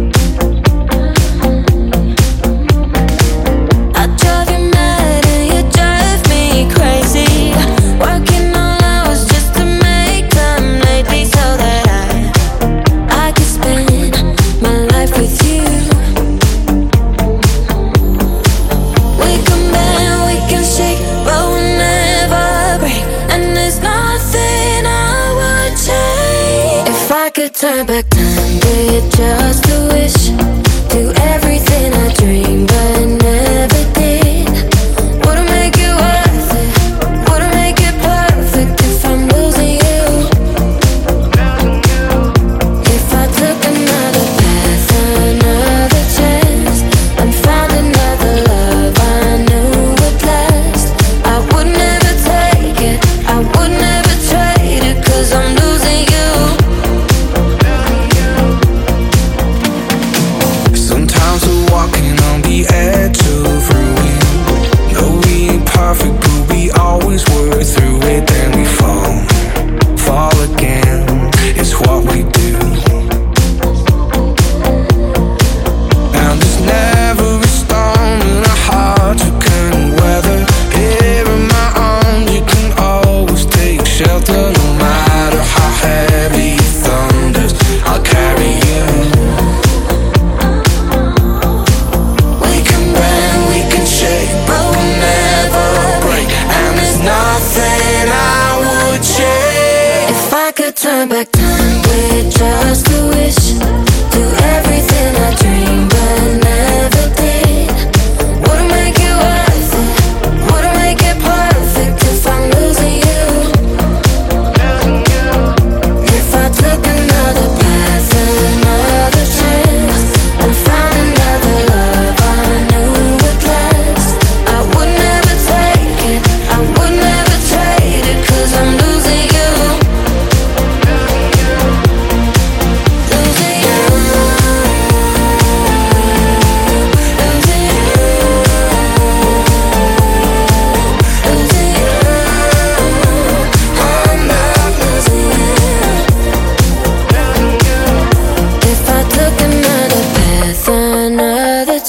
I drive you mad and you drive me crazy. Working all hours just to make them lately so that I can spend my life with you. We can bend, we can shake, but we'll never break. And there's nothing I would change. If I could turn back time, do it just a wish. Do everything I dreamed but never did. Wouldn't make it worth it, wouldn't make it perfect if I'm losing you. If I took another path, another chance, and found another love I knew would last, I would never take it, I would never trade it, 'cause I'm losing you.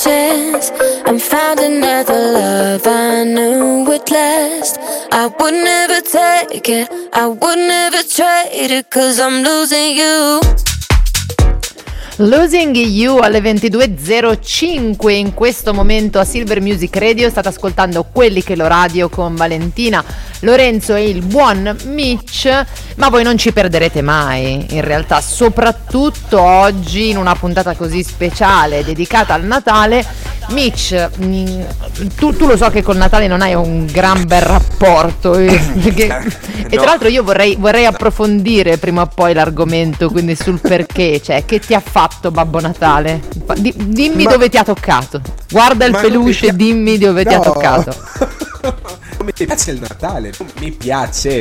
chance and found another love. I knew would last. I would never take it, I would never trade it, 'cause I'm losing you. Losing You alle 22.05 in questo momento a Silver Music Radio. State ascoltando Quelli che lo radio con Valentina, Lorenzo e il buon Mitch, ma voi non ci perderete mai in realtà, soprattutto oggi in una puntata così speciale dedicata al Natale. Mitch, tu lo so che col Natale non hai un gran bel rapporto perché, e tra l'altro io vorrei approfondire prima o poi l'argomento, quindi sul perché, cioè che ti ha fatto Babbo Natale? Dimmi dove ti ha toccato, guarda il peluche e dimmi dove ti ha toccato. Non mi piace il Natale, non mi piace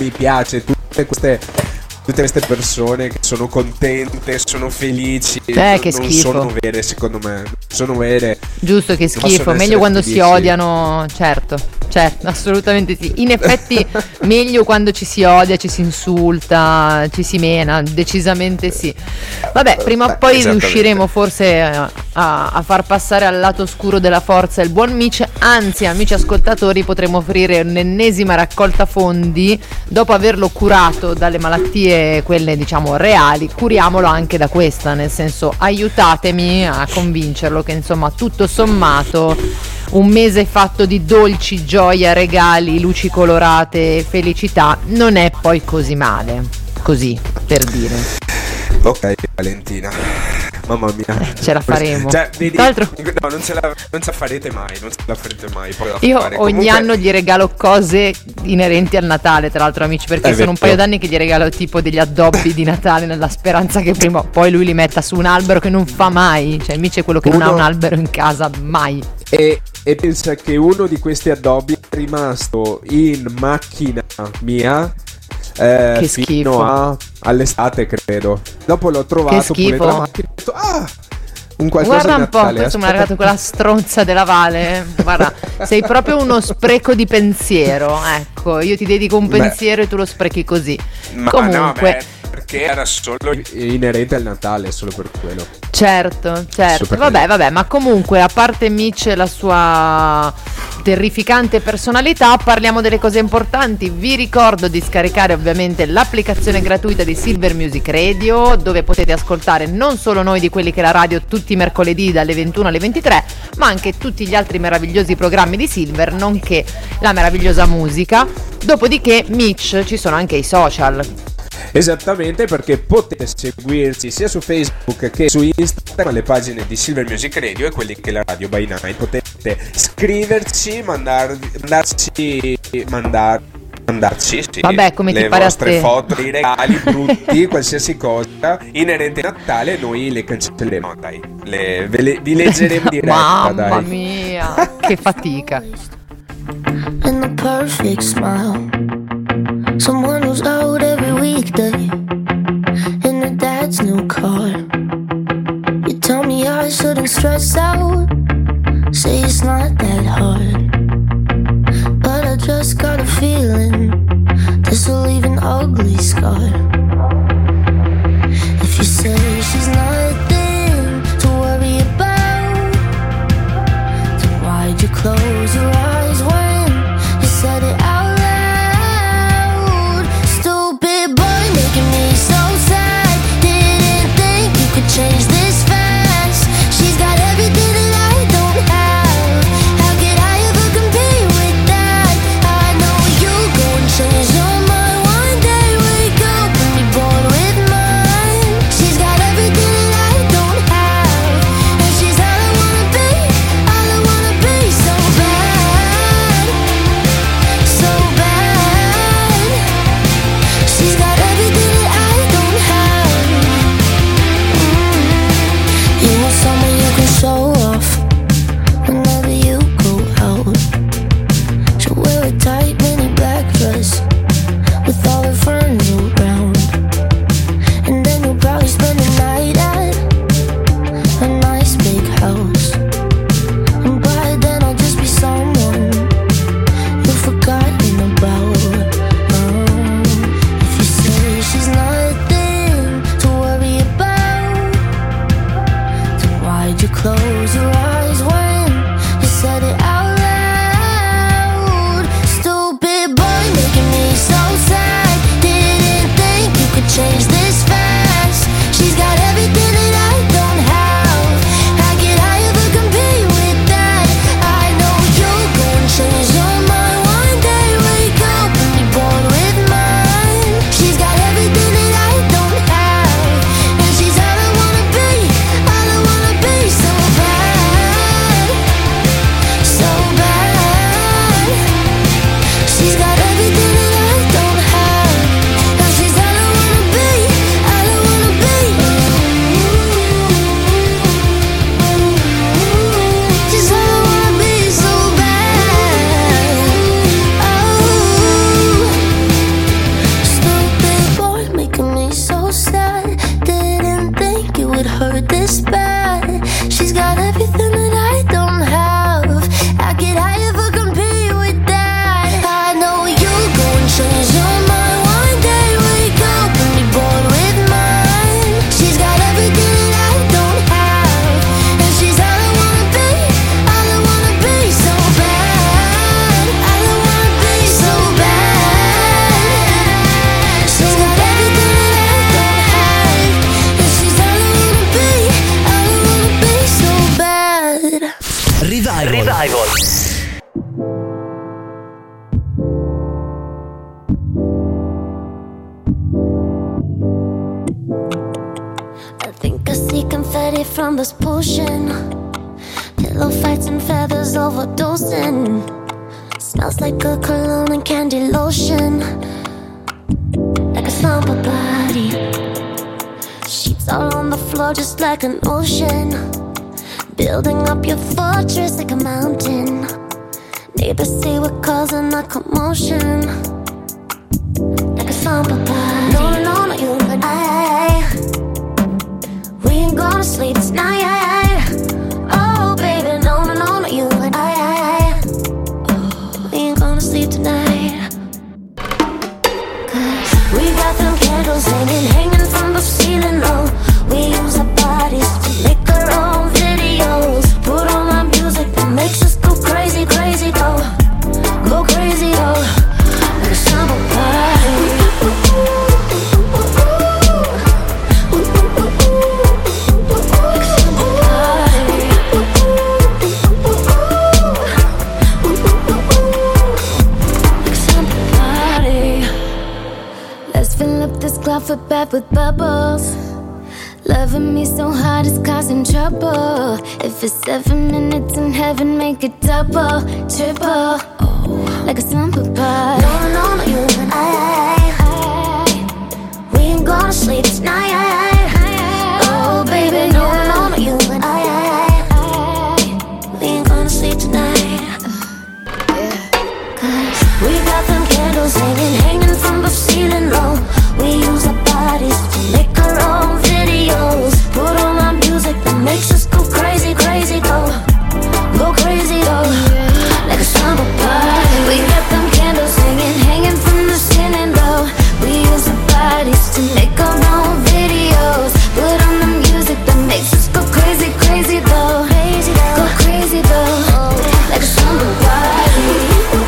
tutte queste persone che sono contente, sono felici, che non schifo. sono vere, secondo me, sono vere. Giusto, che schifo, meglio quando si odiano, certo, assolutamente sì. In effetti meglio quando ci si odia, ci si insulta, ci si mena, decisamente sì. Vabbè, prima o poi riusciremo forse a far passare al lato oscuro della forza il buon Mitch, anzi amici ascoltatori potremo offrire un'ennesima raccolta fondi, dopo averlo curato dalle malattie quelle diciamo reali, curiamolo anche da questa, nel senso aiutatemi a convincerlo che insomma tutto sommato un mese fatto di dolci, gioia, regali, luci colorate e felicità non è poi così male, così per dire. Ok Valentina, mamma mia, ce la faremo. Cioè, vedi, tra l'altro no, non ce la farete mai poi io fare. ogni Comunque, anno gli regalo cose inerenti al Natale, tra l'altro amici, perché sono un paio d'anni che gli regalo tipo degli addobbi di Natale nella speranza che prima o poi lui li metta su un albero che non fa mai, cioè Mitch è quello che non ha un albero in casa mai. E pensa che uno di questi addobbi è rimasto in macchina mia che fino schifo. all'estate credo. Dopo l'ho trovato che schifo. pulendo la macchina e ho detto, un qualcosa guarda di un po', Natale, questo mi ha regalato quella stronza della Vale. Guarda, sei proprio uno spreco di pensiero. Ecco, io ti dedico un pensiero e tu lo sprechi così. Ma comunque no, perché era solo inerente al Natale, solo per quello. Certo, vabbè, ma comunque a parte Mitch e la sua terrificante personalità, parliamo delle cose importanti. Vi ricordo di scaricare ovviamente l'applicazione gratuita di Silver Music Radio, dove potete ascoltare non solo noi di Quelli che la radio tutti i mercoledì dalle 21 alle 23, ma anche tutti gli altri meravigliosi programmi di Silver, nonché la meravigliosa musica. Dopodiché Mitch, ci sono anche i social. Esattamente, perché potete seguirci sia su Facebook che su Instagram alle pagine di Silver Music Radio e Quelli che la radio by night. Potete scriverci, mandarci sì, vabbè, come le ti pare vostre a te. foto, i regali brutti, qualsiasi cosa inerente a Natale, noi le cancelleremo, dai. Vi leggeremo in diretta, Mamma dai. mia, che fatica. And the perfect smile, someone who's out every weekday in their dad's new car. You tell me I shouldn't stress out, say it's not that hard, but I just got a feeling this will leave an ugly scar. If you say she's nothing to worry about, then why'd you close your eyes when you said it out loud? Stupid boy making me so sad, didn't think you could change this fast. She's got everything that I don't have, how could I ever compete with that? I know you go and change your mind one day, wake up and be born with mine. She's got everything that I don't have, and she's all I wanna be so bad. Revival. I think I see confetti from this potion. Pillow fights and feathers overdosing. Smells like a cologne and candy lotion. Like a slumber body. Sheets all on the floor just like an ocean. Building up your fortress like a mountain. Neighbors say we're causing a commotion. Like a slumber body. No, no, no, you and I. We ain't gonna sleep tonight. Oh, baby, no, no, no, no, you and I. We ain't gonna sleep tonight. 'Cause we got them candles hanging from the ceiling low. We use our bodies to make our own videos. Put on our music that makes us go crazy, crazy, go. Go crazy, go. Like a summer party. Fill up bed with bubbles. Loving me so hard it's causing trouble. If it's 7 minutes in heaven, make it double, triple. Like a slumber party. No, no, no, you and I. We ain't gonna sleep tonight. Oh, baby, no, no, no, you and I. We ain't gonna sleep tonight. 'Cause we got them candles hanging from the ceiling low. We use our bodies to make our own videos. Put on our music that makes us go crazy, crazy, go. Go crazy, go. Like a summer party. We got them candles hanging from the ceiling low. We use our bodies to make our own videos. Put on the music that makes us go crazy, crazy, go. Go crazy, go. Like a summer party.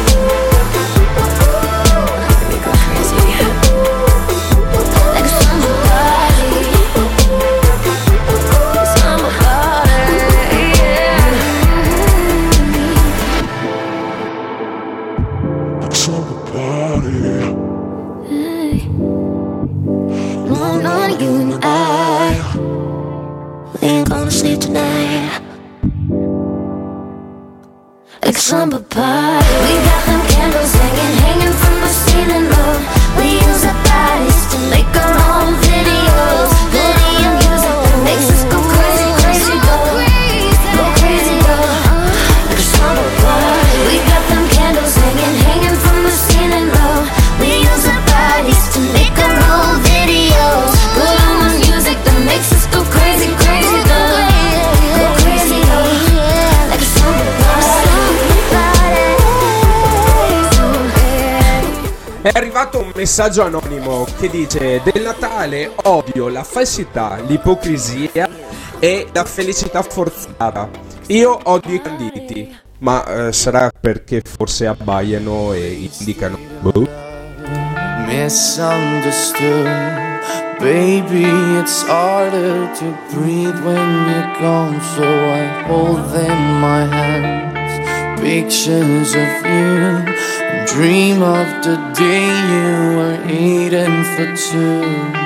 Like a slumber party. We got them candles hanging from the ceiling low. We use our bodies to make our own videos. Put on the music that makes us go crazy, crazy, go. Go crazy, go. Like a slumber party. We got them candles hanging from the ceiling low. We use our bodies to make our own videos. Put on the music that makes us go crazy, crazy, go. Go crazy, go. Like a slumber party. È arrivato un messaggio anonimo che dice: del Natale odio la falsità, l'ipocrisia e la felicità forzata. Io odio i canditi, ma sarà perché forse abbaiano e indicano Misunderstood. Baby, it's harder to breathe when you're gone, so I hold in my hands pictures of you and dream of the day you were eating for two.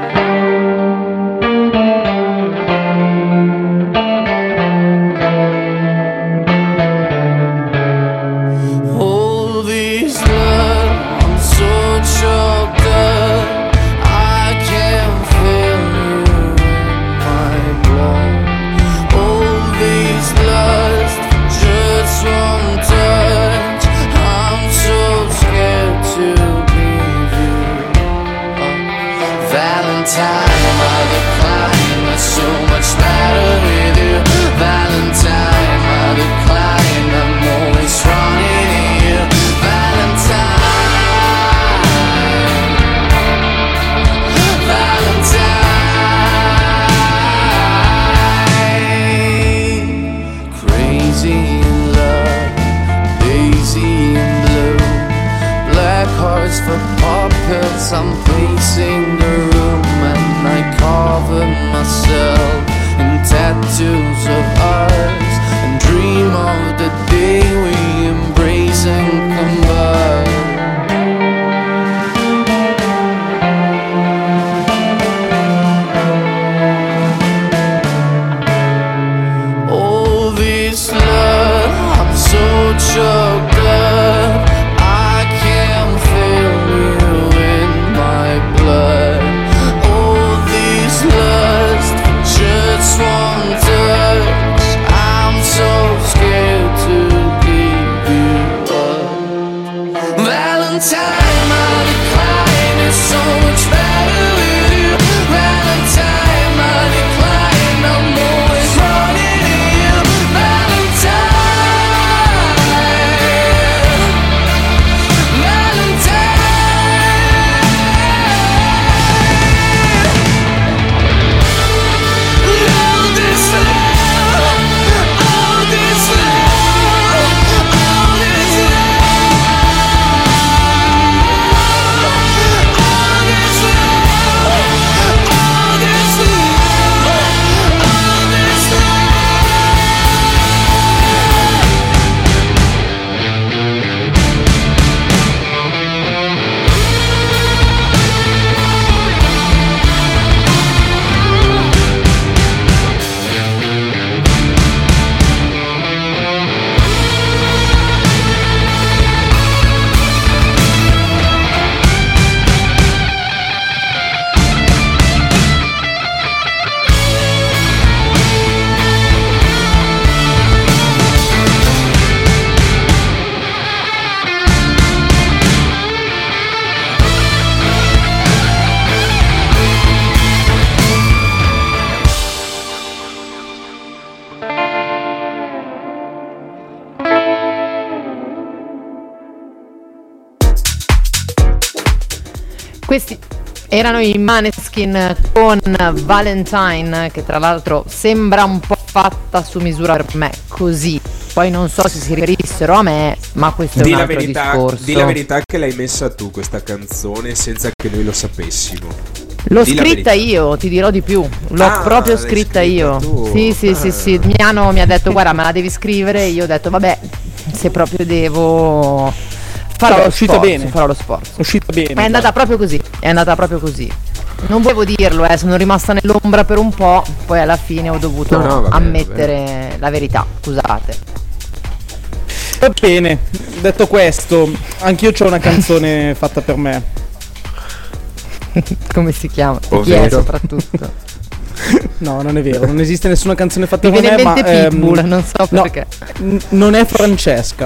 For puppets, I'm pacing the room and I cover myself in tattoos of ours and dream of Questi erano i Maneskin con Valentine, che tra l'altro sembra un po' fatta su misura per me, così. Poi non so se si riferissero a me, ma questo è un altro discorso. Di la verità che l'hai messa tu questa canzone senza che noi lo sapessimo. L'ho scritta io, ti dirò di più. L'ho proprio scritta io. Tu. Sì. Miano mi ha detto guarda, me la devi scrivere. Io ho detto vabbè, se proprio devo farò lo sforzo. È uscita bene. È andata proprio così. Non volevo dirlo, sono rimasta nell'ombra per un po', poi alla fine ho dovuto ammettere la verità, scusate. Va bene, detto questo, anch'io ho una canzone fatta per me. Come si chiama? Chi è soprattutto? No, non è vero, non esiste nessuna canzone fatta per me. Mi viene in mente Pitbull, non so perché. Non è Francesca.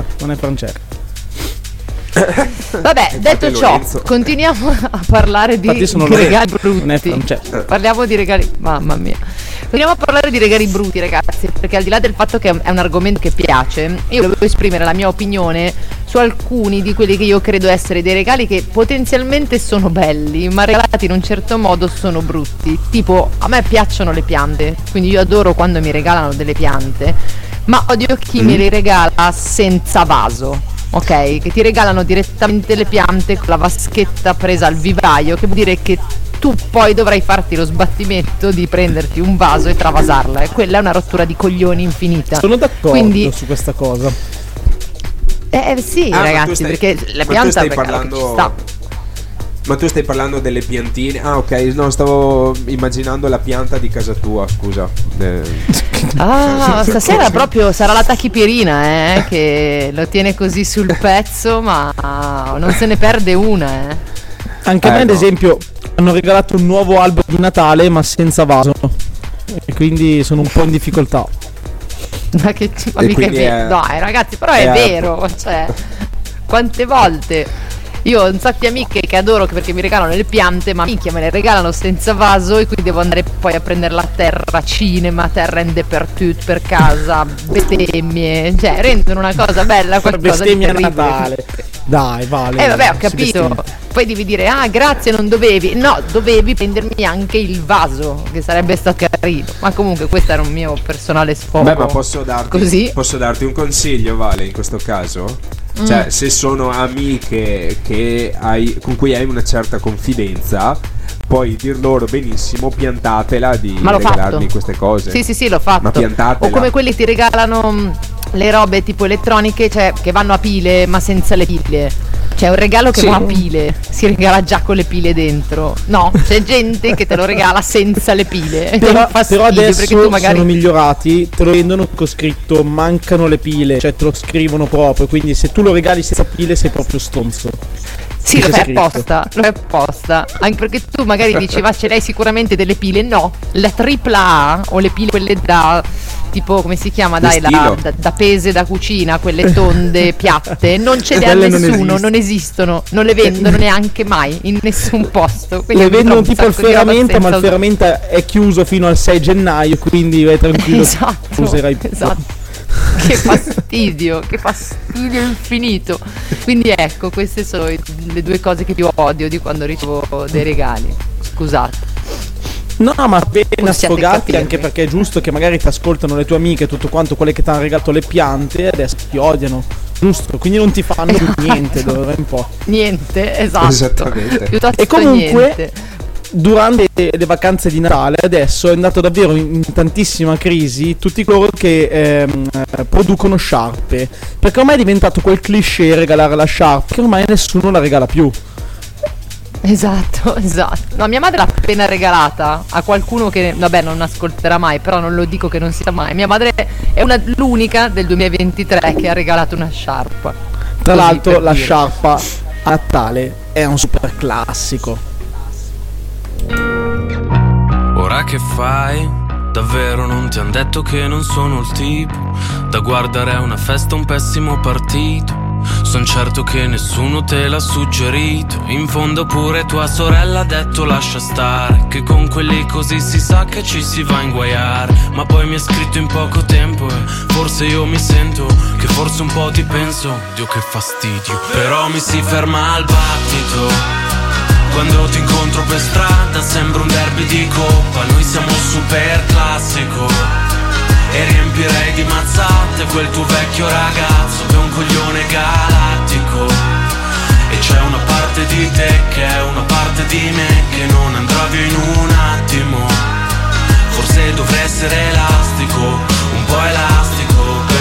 Vabbè, detto ciò, continuiamo a parlare di regali brutti. Parliamo di regali, mamma mia. Continuiamo a parlare di regali brutti, ragazzi, perché al di là del fatto che è un argomento che piace, io volevo esprimere la mia opinione su alcuni di quelli che io credo essere dei regali che potenzialmente sono belli, ma regalati in un certo modo sono brutti. Tipo, a me piacciono le piante, quindi io adoro quando mi regalano delle piante, ma odio chi me le regala senza vaso. Ok, che ti regalano direttamente le piante con la vaschetta presa al vivaio, che vuol dire che tu poi dovrai farti lo sbattimento di prenderti un vaso e travasarla, e quella è una rottura di coglioni infinita. Sono d'accordo su questa cosa. Sì, ragazzi, perché la pianta ci sta. Ma tu stai parlando delle piantine? Ah, ok, no, stavo immaginando la pianta di casa tua, scusa. Stasera proprio sarà la tachipirina, che lo tiene così sul pezzo, ma non se ne perde una, Anche a me, ad esempio, hanno regalato un nuovo albero di Natale, ma senza vaso. E quindi sono un po' in difficoltà. Ma mica è vero. Dai, ragazzi, però è vero, cioè, quante volte. Io ho un sacco di amiche che adoro perché mi regalano le piante, ma minchia me le regalano senza vaso, e quindi devo andare poi a prendere la terra, cinema, terra in dappertutto per casa, bestemmie, cioè rendono una cosa bella, qualcosa di terribile. Natale. Dai, vale. Vabbè, ho capito. Poi devi dire grazie, non dovevi. No, dovevi prendermi anche il vaso, che sarebbe stato carino. Ma comunque questo era un mio personale sfogo. Beh, ma posso darti un consiglio, Vale, in questo caso? Cioè, se sono amiche con cui hai una certa confidenza, puoi dir loro benissimo, piantatela di regalarmi queste cose. Sì, l'ho fatto. Ma piantatela. O come quelli che ti regalano le robe tipo elettroniche, cioè che vanno a pile ma senza le pile. Cioè un regalo che va a pile, si regala già con le pile dentro. No, c'è gente che te lo regala senza le pile. Però adesso tu magari sono migliorati, te lo vendono con scritto mancano le pile, cioè te lo scrivono proprio, quindi se tu lo regali senza pile sei proprio stronzo. Sì, lo fai apposta. Anche perché tu magari dici ce l'hai sicuramente delle pile. No, la AAA o le pile quelle da tipo, come si chiama, da pese da cucina, quelle tonde piatte, non ce le ha nessuno, non esistono, non le vendono neanche mai in nessun posto. Quindi le vendono tipo al Ferramenta, ma il Ferramenta è chiuso fino al 6 gennaio, quindi vai tranquillo. Esatto. Che fastidio infinito. Quindi ecco, queste sono le due cose che più odio di quando ricevo dei regali. Scusate. No, ma appena sfogati, anche perché è giusto che magari ti ascoltano le tue amiche e tutto quanto, quelle che ti hanno regalato le piante, adesso ti odiano, giusto? Quindi non ti fanno più niente d'ora in poi. Niente, esatto. Esattamente. E comunque durante le vacanze di Natale adesso è andato davvero in tantissima crisi tutti coloro che producono sciarpe, perché ormai è diventato quel cliché regalare la sciarpa che ormai nessuno la regala più. Esatto. No, mia madre l'ha appena regalata a qualcuno che vabbè non ascolterà mai, però non lo dico che non si sa mai. Mia madre è l'unica del 2023 che ha regalato una sciarpa. Tra l'altro la sciarpa a Natale è un super classico. Ora che fai? Davvero non ti han detto che non sono il tipo da guardare a una festa, un pessimo partito. Son certo che nessuno te l'ha suggerito. In fondo pure tua sorella ha detto lascia stare, che con quelli così si sa che ci si va a inguaiare. Ma poi mi ha scritto in poco tempo e forse io mi sento che forse un po' ti penso. Dio che fastidio, però mi si ferma al battito. Quando ti incontro per strada sembra un derby di coppa. Noi siamo super classico e riempirei di mazzate quel tuo vecchio ragazzo che è un coglione galattico. E c'è una parte di te che è una parte di me che non andrà via in un attimo. Forse dovrei essere elastico, un po' elastico,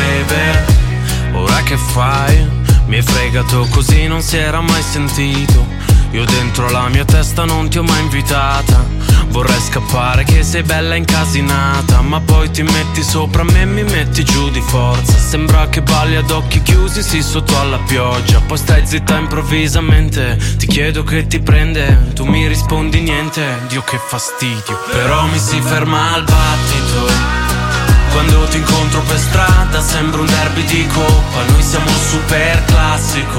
baby. Ora che fai? Mi hai fregato così, non si era mai sentito. Io dentro la mia testa non ti ho mai invitata. Vorrei scappare che sei bella incasinata, ma poi ti metti sopra me e mi metti giù di forza. Sembra che balli ad occhi chiusi, sì, sotto alla pioggia. Poi stai zitta improvvisamente, ti chiedo che ti prende, tu mi rispondi niente. Dio che fastidio, però mi si ferma al battito. Quando ti incontro per strada sembra un derby di coppa. Noi siamo super classico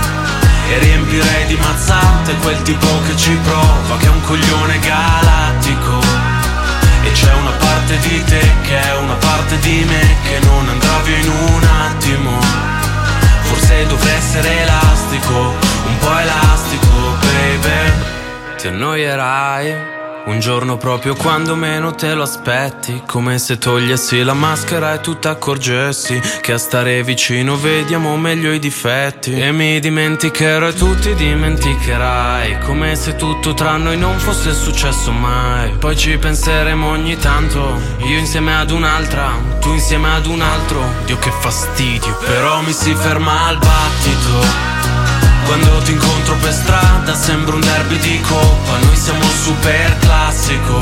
e riempirei di mazzate quel tipo che ci prova, che è un coglione galattico. E c'è una parte di te che è una parte di me che non andrà via in un attimo. Forse dovrei essere elastico, un po' elastico, baby. Ti annoierai un giorno proprio quando meno te lo aspetti, come se togliessi la maschera e tu t'accorgessi che a stare vicino vediamo meglio i difetti. E mi dimenticherò e tu ti dimenticherai, come se tutto tra noi non fosse successo mai. Poi ci penseremo ogni tanto, io insieme ad un'altra, tu insieme ad un altro. Dio che fastidio, però mi si ferma al battito. Quando ti incontro per strada sembra un derby di coppa. Noi siamo super classico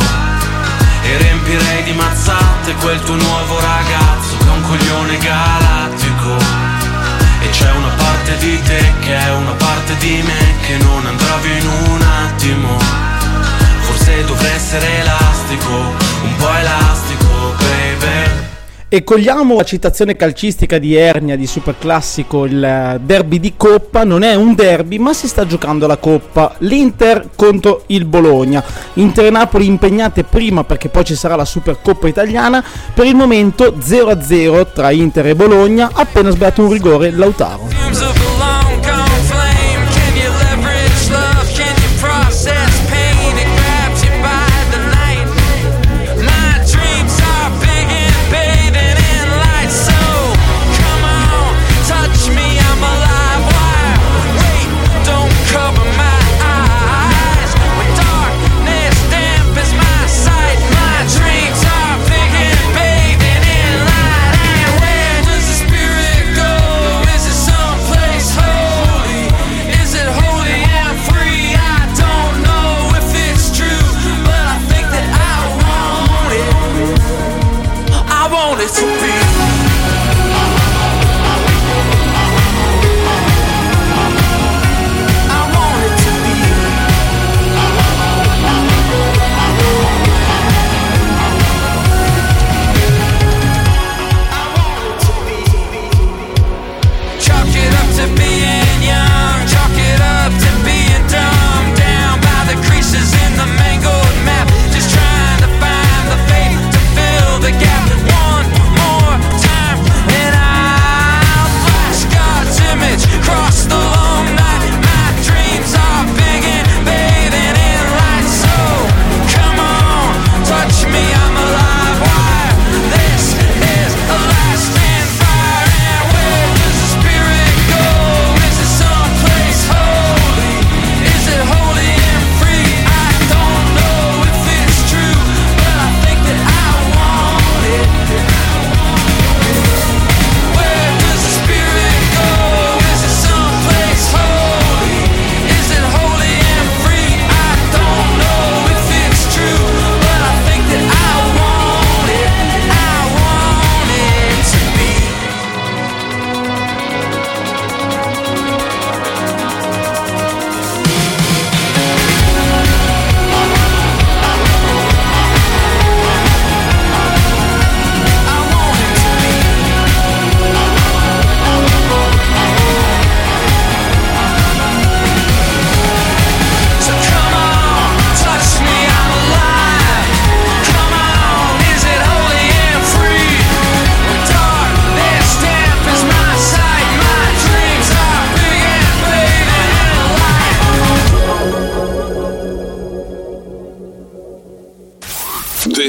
e riempirei di mazzate quel tuo nuovo ragazzo che è un coglione galattico. E c'è una parte di te che è una parte di me che non andrà via in un attimo. Forse dovrei essere elastico, un po' elastico, baby. E cogliamo la citazione calcistica di Ernia di Superclassico, il derby di Coppa. Non è un derby, ma si sta giocando la Coppa. L'Inter contro il Bologna. Inter e Napoli impegnate prima perché poi ci sarà la Supercoppa italiana. Per il momento 0-0 tra Inter e Bologna, appena sbagliato un rigore Lautaro. Some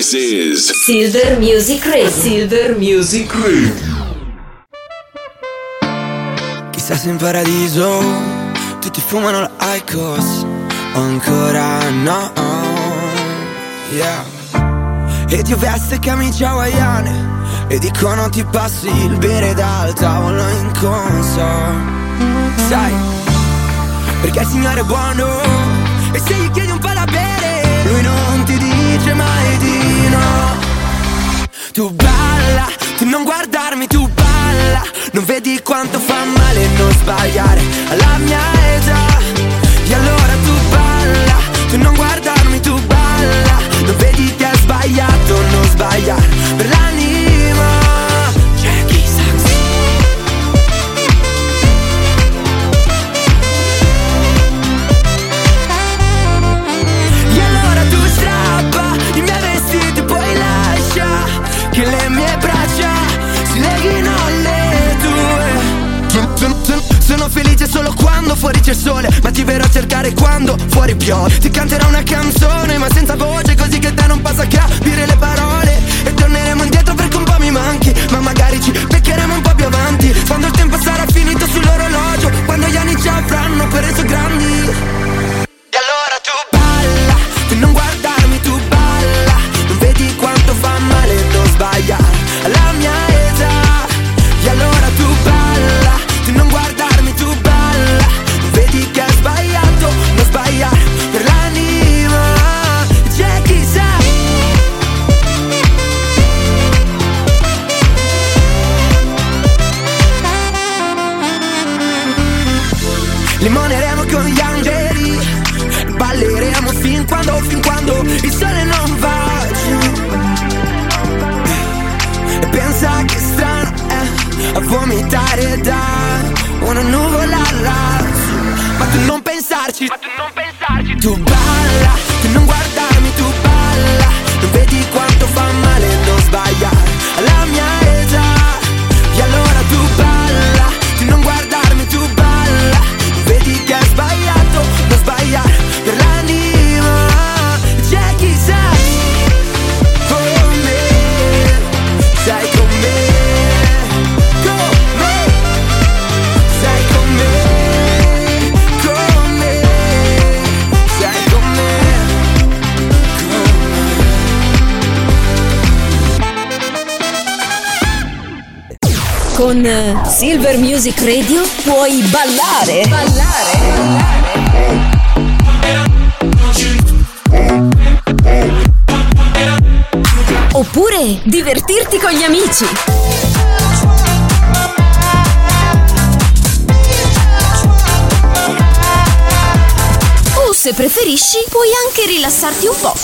This is Silver Music Radio. Silver Music Radio. Chissà se in paradiso tutti fumano la Icos o ancora no, yeah. E ti ho veste camicie hawaiane e dicono ti passi il bere dal tavolo in console. Sai, perché il signore è buono e se gli chiedi un po' da bere lui non ti dice mai di no. Tu balla, tu non guardarmi, tu balla. Non vedi quanto fa male non sbagliare alla mia età. E allora tu balla, tu non guardarmi, tu balla. Non vedi che hai sbagliato, non sbagliare per l'anima. C'è chi sa. E allora tu strappa i miei vestiti, poi lascia che le mie braccia si leghino alle tue. Sono felice solo quando fuori c'è il sole, ma ti verrò a cercare quando fuori piove. Ti canterò una canzone ma senza voce, così che te non possa capire le parole. E torneremo indietro perché un po' mi manchi, ma magari ci beccheremo un po' più avanti, quando il tempo sarà finito sull'orologio, quando gli anni ci avranno reso grandi. E allora tu balla, tu non guardarmi, tu balla. Non vedi quanto fa male non sbagliare alla mia età. E allora tu balla, tu non guardarmi, tu balla. Non vedi che hai sbagliato, non sbagliare per l'anima. C'è chi sa. Limoneremo con gli angeli, balleremo fin quando il sole non va giù. E pensa che strano è a vomitare da una nuvola lassù. Ma tu non pensarci, tu balla, tu non guardarmi, tu balla. Non vedi quanto fa male non sbagliare alla mia età. E allora tu balla, tu non guardarmi, tu balla. Vedi che hai sbagliato, non sbagliare per l'anima. C'è chi sa con me, sei con me, sei con me, sei con me. Con Silver Music Radio puoi ballare. Oppure divertirti con gli amici. O se preferisci puoi anche rilassarti un po'.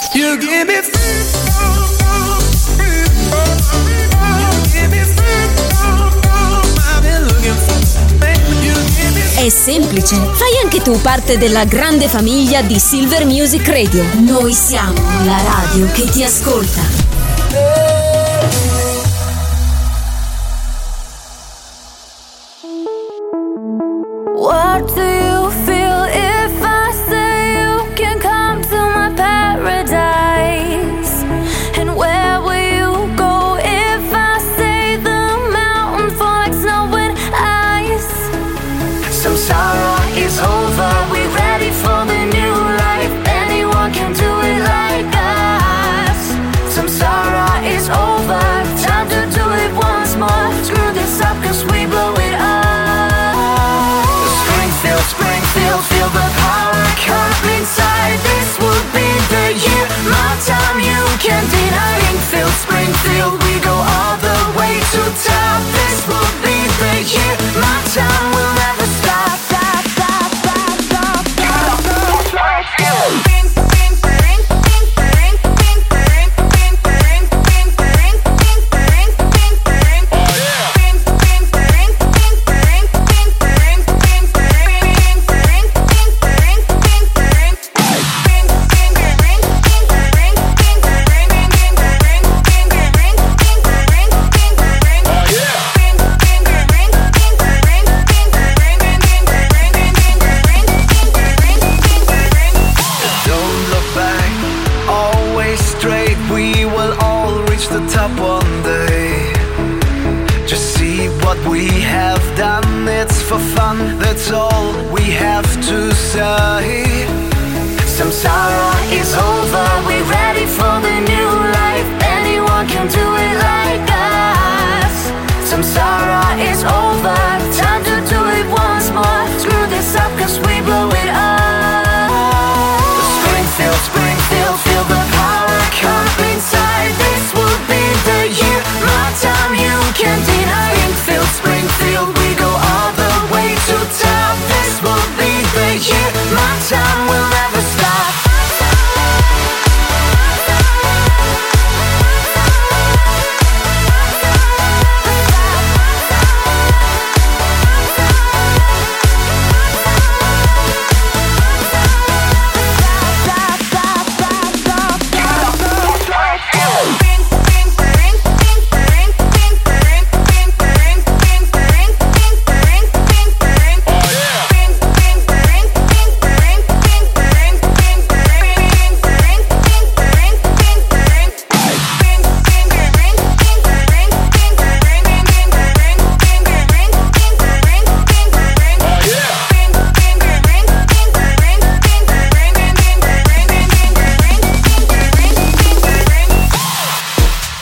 È semplice, fai anche tu parte della grande famiglia di Silver Music Radio. Noi siamo la radio che ti ascolta. What do you feel if I say you can come to my paradise? And where will you go if I say the mountains fall like snow and ice? Some sorrow is over, we're ready for the new life. Anyone can do it like us. Some sorrow is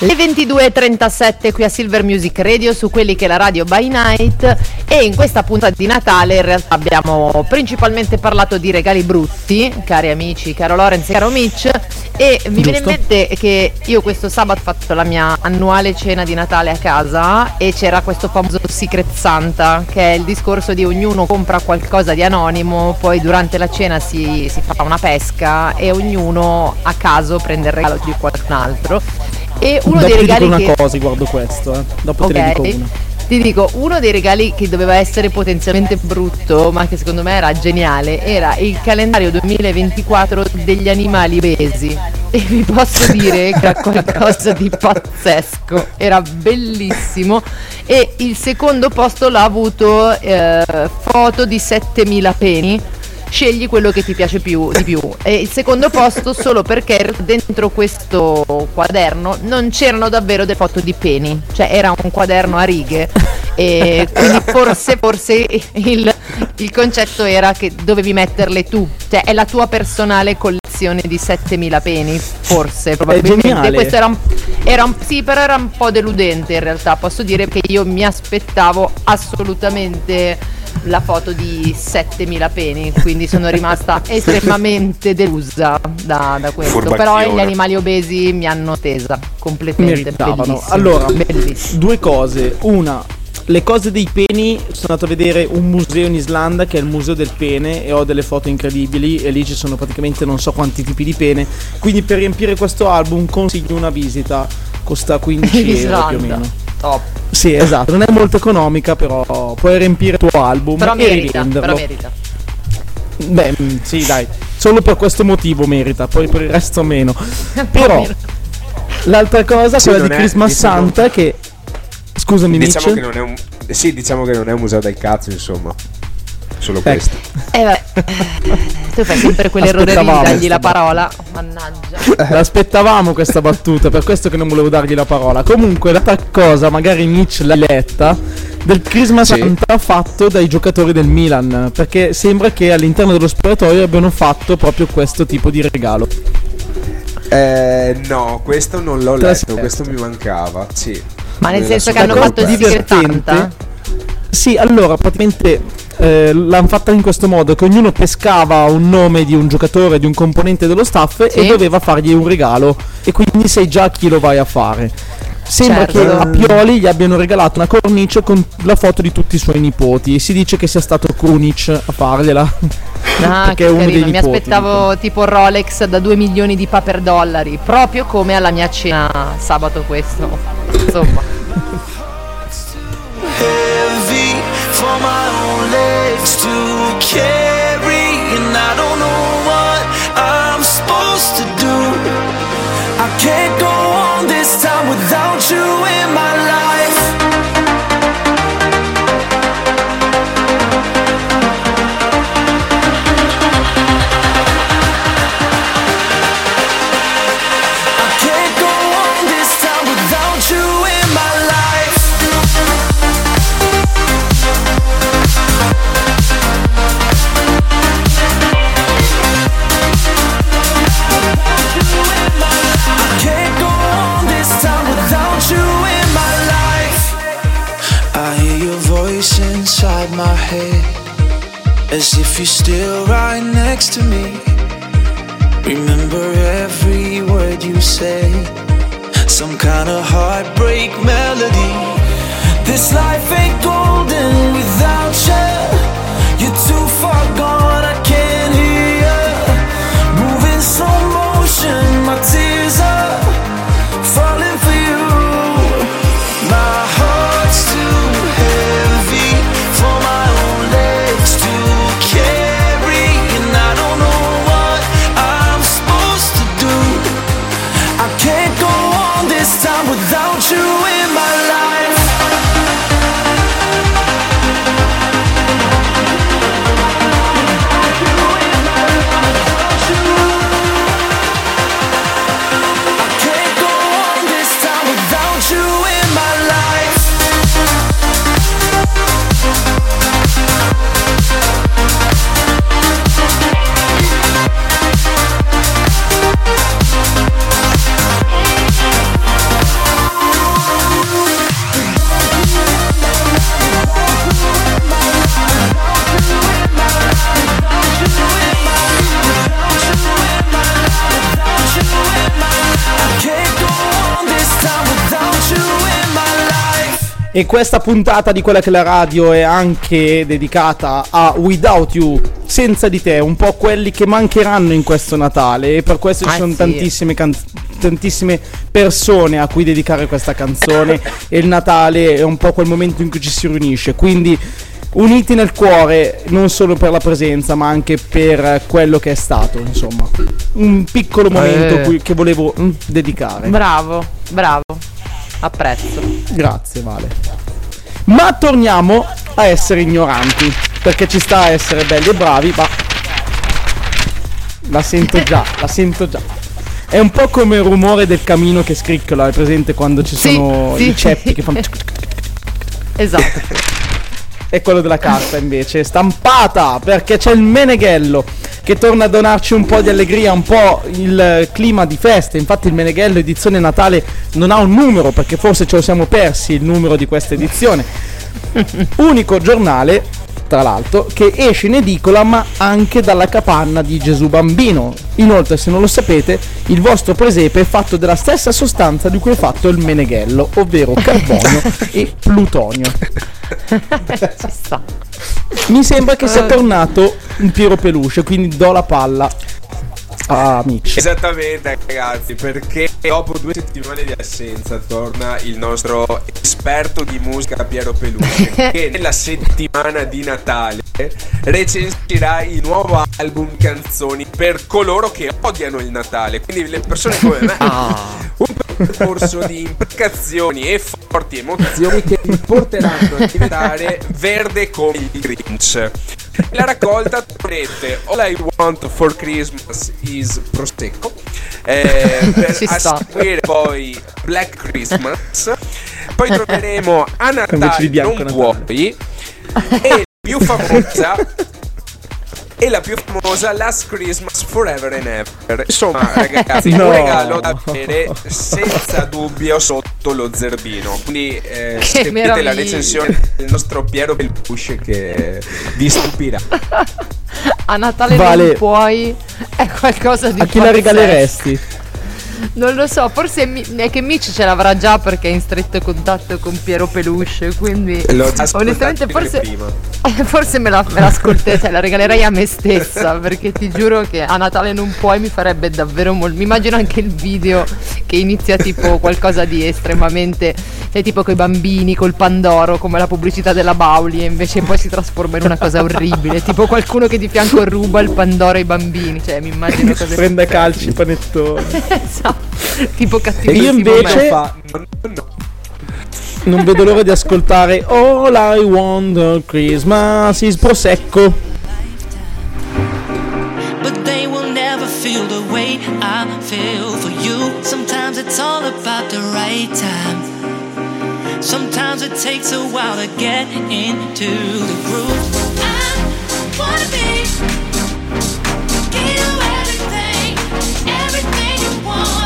Le 22.37 qui a Silver Music Radio su quelli che è la radio by night, e in questa puntata di Natale in realtà abbiamo principalmente parlato di regali brutti, cari amici, caro Lorenz e caro Mitch, e mi viene in mente che io questo sabato ho fatto la mia annuale cena di Natale a casa e c'era questo famoso Secret Santa, che è il discorso di ognuno compra qualcosa di anonimo, poi durante la cena si fa una pesca e ognuno a caso prende il regalo di qualcun altro. E uno dopo dei regali ti dico una che... cosa riguardo questo, dopo te ne dico una. Ti dico, uno dei regali che doveva essere potenzialmente brutto, ma che secondo me era geniale, era il calendario 2024 degli animali obesi. E vi posso dire che era qualcosa di pazzesco, era bellissimo. E il secondo posto l'ha avuto foto di 7000 peni. Scegli quello che ti piace di più. E il secondo posto solo perché dentro questo quaderno non c'erano davvero delle foto di peni, cioè era un quaderno a righe, e quindi forse il concetto era che dovevi metterle tu, cioè è la tua personale collezione di 7000 peni, forse, probabilmente. Questo sì, però era un po' deludente in realtà, posso dire che io mi aspettavo assolutamente la foto di 7000 peni, quindi sono rimasta estremamente delusa da questo. Però gli animali obesi mi hanno tesa completamente. Bellissimo. Allora, due cose. Una, le cose dei peni, sono andato a vedere un museo in Islanda che è il museo del pene e ho delle foto incredibili e lì ci sono praticamente non so quanti tipi di pene, quindi per riempire questo album consiglio una visita, costa 15 euro più o meno. Top. Sì, esatto, non è molto economica, però puoi riempire il tuo album però e merita. Beh, sì, dai, solo per questo motivo merita, poi per il resto meno. Però l'altra cosa, sì, quella di Christmas Santa, che scusami, diciamo Mitch. che non è un diciamo che non è un museo del cazzo, insomma. Solo questo. Tu fai sempre quell'errore di dargli la parola. Mannaggia. L'aspettavamo questa battuta, per questo che non volevo dargli la parola. Comunque, l'altra cosa, magari Mitch l'ha letta, del Christmas Santa fatto dai giocatori del Milan, perché sembra che all'interno dello spogliatoio abbiano fatto proprio questo tipo di regalo. No, questo non l'ho letto, questo mi mancava. Sì. Ma nel senso che hanno fatto il Secret Santa? Sì, allora praticamente l'hanno fatta in questo modo, che ognuno pescava un nome di un giocatore, di un componente dello staff, e doveva fargli un regalo, e quindi sai già chi lo vai a fare. Sembra che a Pioli gli abbiano regalato una cornice con la foto di tutti i suoi nipoti, e si dice che sia stato Krunic a fargliela. Che è uno dei nipoti, mi aspettavo tipo Rolex da 2 milioni di paper dollari, proprio come alla mia cena sabato questo. Insomma. Heavy for my own legs to carry, and I don't know what I'm supposed to do. I can't go on this time without you in my life. I can't go on this time without you in my life. Inside my head, as if you're still right next to me. Remember every word you said, some kind of heartbreak melody. This life ain't golden without you. You're too far gone, I can't hear you. Moving slow motion, my tears are falling for you. My heart's too heavy for my own legs to carry, and I don't know what I'm supposed to do. I can't go on this time without you in my life. E questa puntata di quella che è la radio è anche dedicata a Without You, senza di te, un po' quelli che mancheranno in questo Natale, e per questo ci sono tantissime persone a cui dedicare questa canzone, e il Natale è un po' quel momento in cui ci si riunisce, quindi uniti nel cuore, non solo per la presenza ma anche per quello che è stato, insomma, un piccolo momento che volevo dedicare. Bravo, apprezzo. Grazie, Vale. Ma torniamo a essere ignoranti, perché ci sta a essere belli e bravi, ma la sento già. È un po' come il rumore del camino che scricchiola, è presente quando ci sono i ceppi che fanno esatto. E quello della carta invece è stampata, perché c'è il Meneghello che torna a donarci un po' di allegria, un po' il clima di festa. Infatti il Meneghello edizione Natale non ha un numero, perché forse ce lo siamo persi il numero di questa edizione. Unico giornale, tra l'altro, che esce in edicola ma anche dalla capanna di Gesù Bambino. Inoltre, se non lo sapete, il vostro presepe è fatto della stessa sostanza di cui è fatto il Meneghello, ovvero carbonio e plutonio. Ci sta. Mi sembra che sia tornato un Piero Peluche, quindi do la palla a Mitch. Esattamente, ragazzi, perché dopo 2 settimane di assenza torna il nostro esperto di musica Piero Peluche, che nella settimana di Natale recensirà il nuovo album Canzoni per coloro che odiano il Natale, quindi le persone come me. Un percorso di implicazioni e forti emozioni che vi porteranno a diventare verde come il Grinch. La raccolta troverete All I Want for Christmas is Prosecco, per seguire poi Black Christmas, poi troveremo A Natale non puoi, e la più famosa Last Christmas Forever and Ever. Insomma, ragazzi, un regalo da avere senza dubbio sotto lo zerbino. Quindi seguite la recensione del nostro Piero Peluche che vi stupirà. A Natale non puoi, è qualcosa di a chi la regaleresti? Non lo so, forse è che Mitch ce l'avrà già perché è in stretto contatto con Piero Peluche, quindi onestamente forse me l'ascolterei, cioè la regalerei a me stessa, perché ti giuro che A Natale non puoi mi farebbe davvero molto. Mi immagino anche il video che inizia tipo qualcosa di estremamente, cioè tipo coi bambini col pandoro come la pubblicità della Bauli, e invece poi si trasforma in una cosa orribile, tipo qualcuno che di fianco ruba il pandoro ai bambini, cioè mi immagino cose prende a calci i panettoni. Esatto. Tipo cattivissimo. E io invece non vedo l'ora di ascoltare All I Want for Christmas is Prosecco. But they will never feel the way I feel for you. Sometimes it's all about the right time. Sometimes it takes a while to get into the groove. I wanna be, give you everything, everything you want.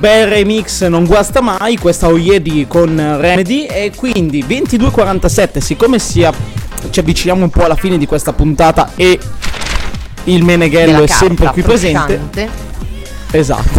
bel remix non guasta mai, questa Oyedi con Remedy. E quindi 22:47, siccome ci avviciniamo un po' alla fine di questa puntata e il Meneghello è sempre qui presente. Esatto.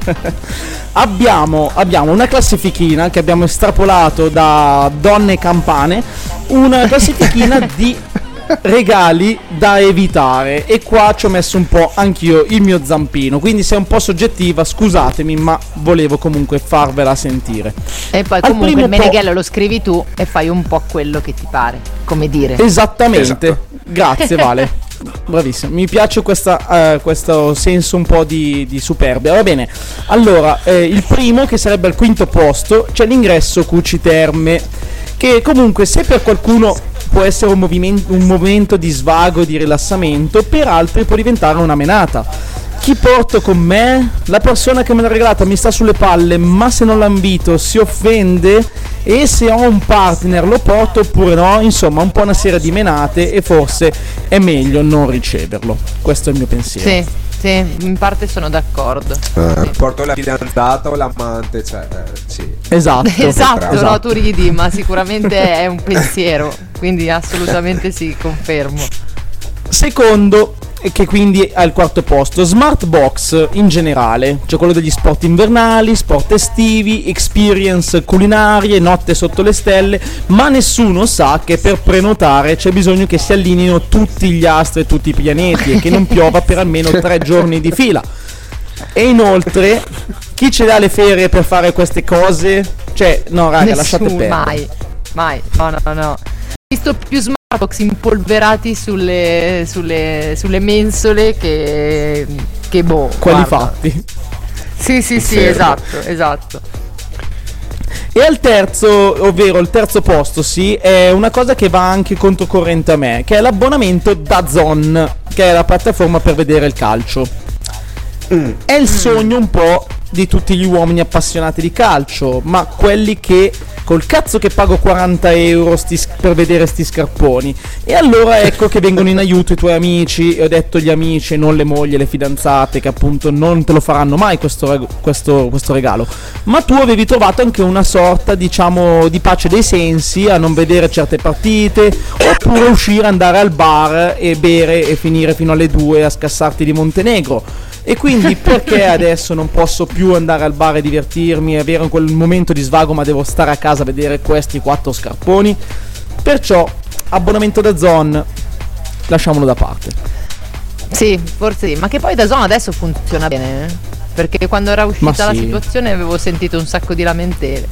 abbiamo una classifichina che abbiamo estrapolato da Donne Campane, una classifichina di regali da evitare, e qua ci ho messo un po' anch'io il mio zampino, quindi se è un po' soggettiva scusatemi, ma volevo comunque farvela sentire. E poi comunque il Meneghello lo scrivi tu e fai un po' quello che ti pare, come dire. Esattamente, esatto. Grazie Vale. Bravissimo, mi piace questo senso un po' di superbia. Va bene, allora il primo, che sarebbe al quinto posto, c'è l'ingresso Cuci Terme, che comunque se per qualcuno può essere un momento di svago, di rilassamento, per altri può diventare una menata. Chi porto con me? La persona che me l'ha regalata mi sta sulle palle, ma se non la invito si offende, e se ho un partner lo porto oppure no? Insomma, un po' una serie di menate, e forse è meglio non riceverlo. Questo è il mio pensiero. Sì, in parte sono d'accordo. Porto la fidanzata o l'amante, cioè sì. Esatto, no, tu ridi, ma sicuramente è un pensiero, quindi assolutamente sì, confermo. Secondo, che quindi è al quarto posto, Smart Box in generale, cioè quello degli sport invernali, sport estivi, experience culinarie, notte sotto le stelle, ma nessuno sa che per prenotare c'è bisogno che si allineino tutti gli astri e tutti i pianeti e che non piova per almeno 3 giorni di fila. E inoltre, chi ce l'ha le ferie per fare queste cose? Cioè, no raga, lasciate perdere. Mai, no. Ho visto più Smartbox impolverati sulle mensole che boh, quelli guarda. fatti. Sì, esatto. E al terzo, ovvero il terzo posto, sì, è una cosa che va anche controcorrente a me, che è l'abbonamento DAZN, che è la piattaforma per vedere il calcio. È il sogno un po' di tutti gli uomini appassionati di calcio, ma quelli che col cazzo che pago 40 euro per vedere sti scarponi. E allora ecco che vengono in aiuto i tuoi amici, e ho detto gli amici, non le mogli e le fidanzate, che appunto non te lo faranno mai questo regalo. Ma tu avevi trovato anche una sorta, diciamo, di pace dei sensi a non vedere certe partite, oppure uscire, andare al bar e bere e finire fino alle 2 a scassarti di Montenegro. E quindi perché adesso non posso più andare al bar e divertirmi e avere quel momento di svago, ma devo stare a casa a vedere questi 4 scarponi? Perciò abbonamento DAZN lasciamolo da parte. Sì, forse sì, ma che poi DAZN adesso funziona bene, perché quando era uscita la situazione avevo sentito un sacco di lamentele.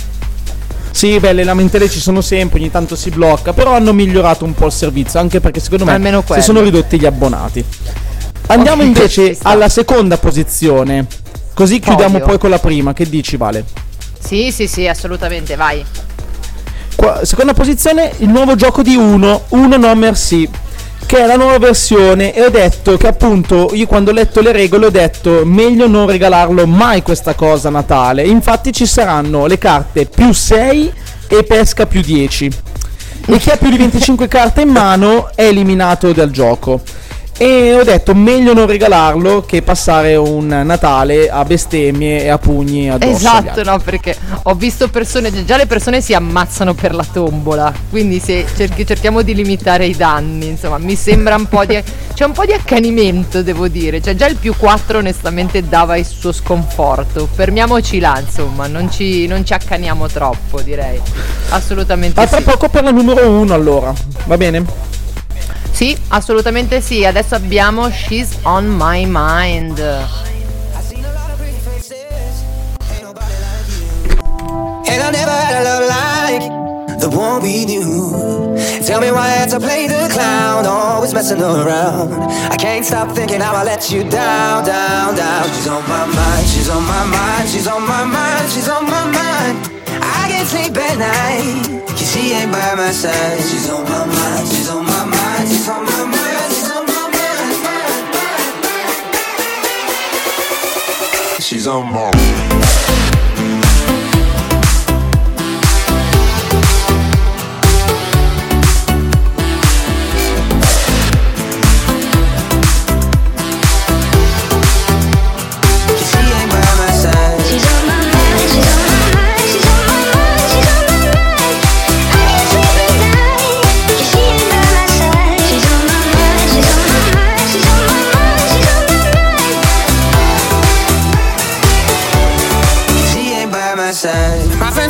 Sì, beh, le lamentele ci sono sempre, ogni tanto si blocca, però hanno migliorato un po' il servizio, anche perché secondo me almeno si sono ridotti gli abbonati. Andiamo invece alla seconda posizione, così chiudiamo poi con la prima. Che dici, Vale? Sì, assolutamente, vai. Seconda posizione, il nuovo gioco di Uno No Merci, che è la nuova versione, e ho detto che appunto io quando ho letto le regole ho detto meglio non regalarlo mai questa cosa a Natale. Infatti ci saranno le carte +6 e pesca +10, e chi ha più di 25 carte in mano è eliminato dal gioco. E ho detto meglio non regalarlo che passare un Natale a bestemmie e a pugni addosso. Esatto, no, perché ho visto persone, già le persone si ammazzano per la tombola, quindi se cerchiamo di limitare i danni, insomma, mi sembra c'è un po' di accanimento, devo dire, cioè già il +4 onestamente dava il suo sconforto. Fermiamoci là, insomma, non ci accaniamo troppo, direi. Assolutamente sì. Tra poco per la numero 1, allora, va bene? Sì, assolutamente sì. Adesso abbiamo She's on My Mind. And I never had a love like the one we knew. Tell me why I had to play the clown, always messing around. I can't stop thinking how I let you down. She's on my mind, she's on my mind, she's on my mind, she's on my mind. I can't sleep at night, 'cause she ain't by my side. She's on my mind, she's on my mind, she's on my mind, she's on my mind. She's on my mind. She's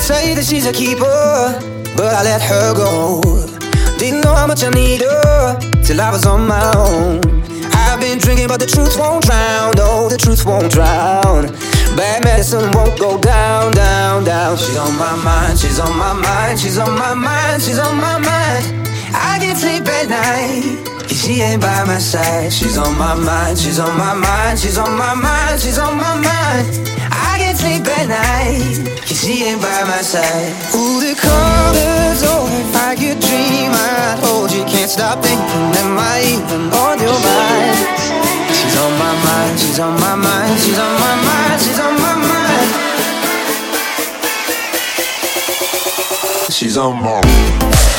say that she's a keeper, but I let her go. Didn't know how much I need her till I was on my own. I've been drinking, but the truth won't drown. No, the truth won't drown. Bad medicine won't go down, down, down. She's on my mind, she's on my mind, she's on my mind, she's on my mind. I can't sleep at night if she ain't by my side. She's on my mind, she's on my mind, she's on my mind, she's on my mind. I can't sleep at night if she ain't by my side. Ooh, the colors over if I could dream I'd hold you. Can't stop thinking, am I even on your mind? She's on my mind, she's on my mind, she's on my mind, she's on my mind. She's on my mind.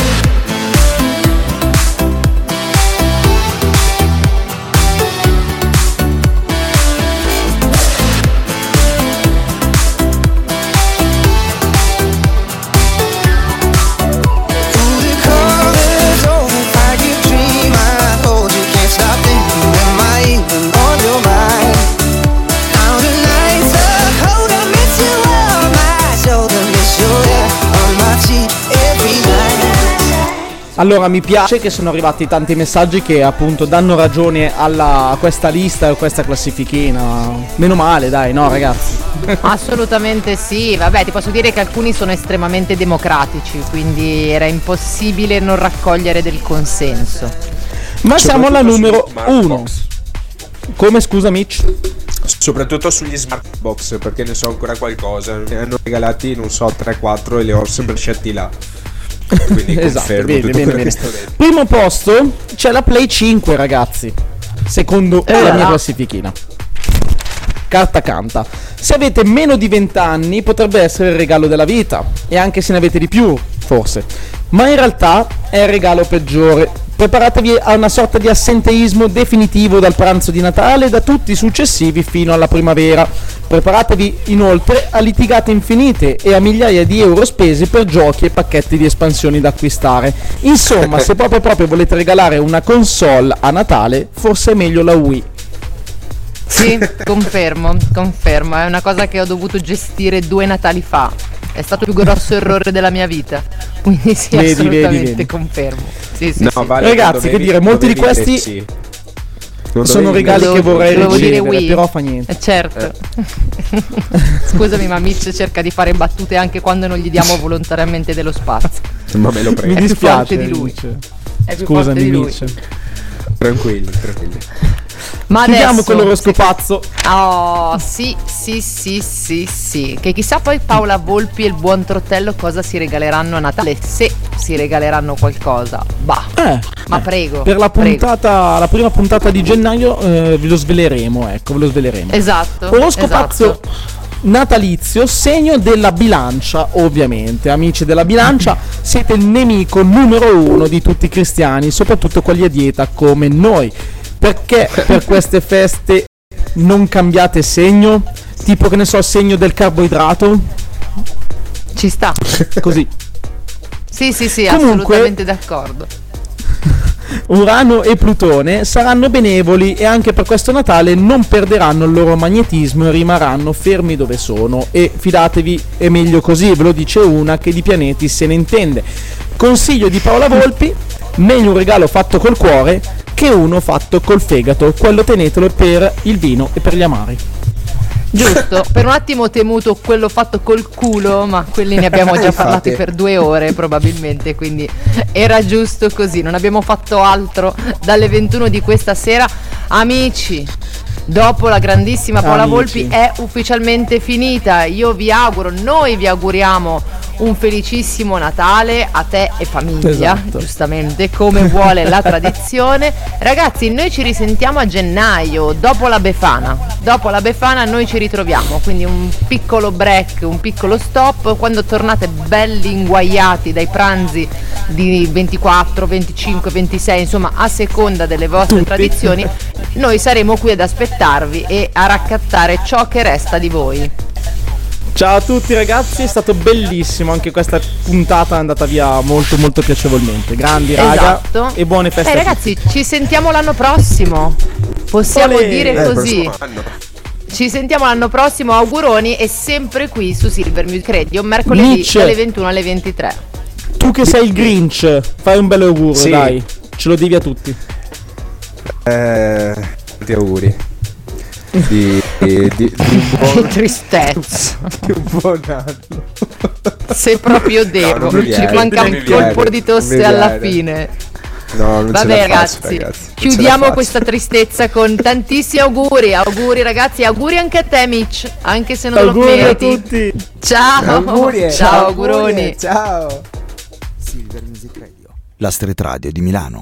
Allora, mi piace che sono arrivati tanti messaggi che appunto danno ragione a questa lista, a questa classifichina. Meno male, dai, no ragazzi? Assolutamente sì, vabbè, ti posso dire che alcuni sono estremamente democratici, quindi era impossibile non raccogliere del consenso. Ma siamo alla numero 1. Come, scusa Mitch? Soprattutto sugli smart box, perché ne so ancora qualcosa. Ne hanno regalati, non so, 3-4 e li ho sempre scelti là. Quindi esatto, bene. Primo posto c'è la Play 5, ragazzi. Secondo la mia classifichina. Carta canta. Se avete meno di 20 anni potrebbe essere il regalo della vita, e anche se ne avete di più, forse. Ma in realtà è il regalo peggiore. Preparatevi a una sorta di assenteismo definitivo dal pranzo di Natale e da tutti i successivi fino alla primavera. Preparatevi inoltre a litigate infinite e a migliaia di euro spesi per giochi e pacchetti di espansioni da acquistare. Insomma, se proprio volete regalare una console a Natale, forse è meglio la Wii. Sì, confermo, è una cosa che ho dovuto gestire 2 Natali fa. È stato il più grosso errore della mia vita. Quindi sì, assolutamente confermo. Sì, no, sì. Vale, ragazzi, che dire, molti di questi sono regali che vorrei ricevere, però fa niente. Certo. Scusami, ma Mitch cerca di fare battute anche quando non gli diamo volontariamente dello spazio. Ma me lo prendo. Mi dispiace di lui. È più forte di lui. Mitch. Tranquilli. Ma chiudiamo con l'oroscopazzo. Oh, sì. Che chissà poi Paola Volpi e il buon Trottello cosa si regaleranno a Natale, se si regaleranno qualcosa. Ma prego. Per la puntata, la prima puntata di gennaio ve lo sveleremo, Esatto. Oroscopazzo natalizio, segno della bilancia, ovviamente. Amici della bilancia, siete il nemico numero 1 di tutti i cristiani, soprattutto quelli a dieta come noi. Perché per queste feste non cambiate segno? Tipo, che ne so, segno del carboidrato? Ci sta. Così. Sì, comunque, assolutamente d'accordo. Urano e Plutone saranno benevoli e anche per questo Natale non perderanno il loro magnetismo e rimarranno fermi dove sono. E fidatevi, è meglio così, ve lo dice una che di pianeti se ne intende. Consiglio di Paola Volpi: meglio un regalo fatto col cuore che uno fatto col fegato. Quello tenetelo per il vino e per gli amari. Giusto, per un attimo ho temuto quello fatto col culo, ma quelli ne abbiamo già parlati per 2 ore probabilmente, quindi era giusto così. Non abbiamo fatto altro dalle 21 di questa sera. Amici, dopo la grandissima Paola Volpi è ufficialmente finita. Io vi auguro, noi vi auguriamo un felicissimo Natale a te e famiglia, esatto. Giustamente come vuole la tradizione. Ragazzi, noi ci risentiamo a gennaio, dopo la Befana. Dopo la Befana noi ci ritroviamo, quindi un piccolo break, un piccolo stop. Quando tornate belli inguaiati dai pranzi di 24, 25, 26, insomma a seconda delle vostre tradizioni, noi saremo qui ad aspettarvi e a raccattare ciò che resta di voi. Ciao a tutti ragazzi, è stato bellissimo, anche questa puntata è andata via molto molto piacevolmente. Grandi raga, esatto. E buone feste a ragazzi, ci sentiamo l'anno prossimo. Possiamo dire così. Ci sentiamo l'anno prossimo, auguroni, e sempre qui su Silver Music Radio, mercoledì Nietzsche, dalle 21 alle 23. Tu che sei il Grinch, fai un bel augurio, Sì. dai. Ce lo devi a tutti. Tanti auguri. Di Che tristezza. Di un buon anno. Se proprio devo, non mi ci viene, manca non un mi colpo viene, di non tosse mi alla viene. fine. No, non ce Vabbè la ragazzi, faccio, non ce la chiudiamo faccio. questa tristezza con tantissimi auguri. Auguri ragazzi, auguri anche a te Mitch, anche se non Auguri lo a meriti. tutti. Ciao. Auguri, Ciao auguri, auguroni. ciao. Silver Music Radio, la street radio di Milano.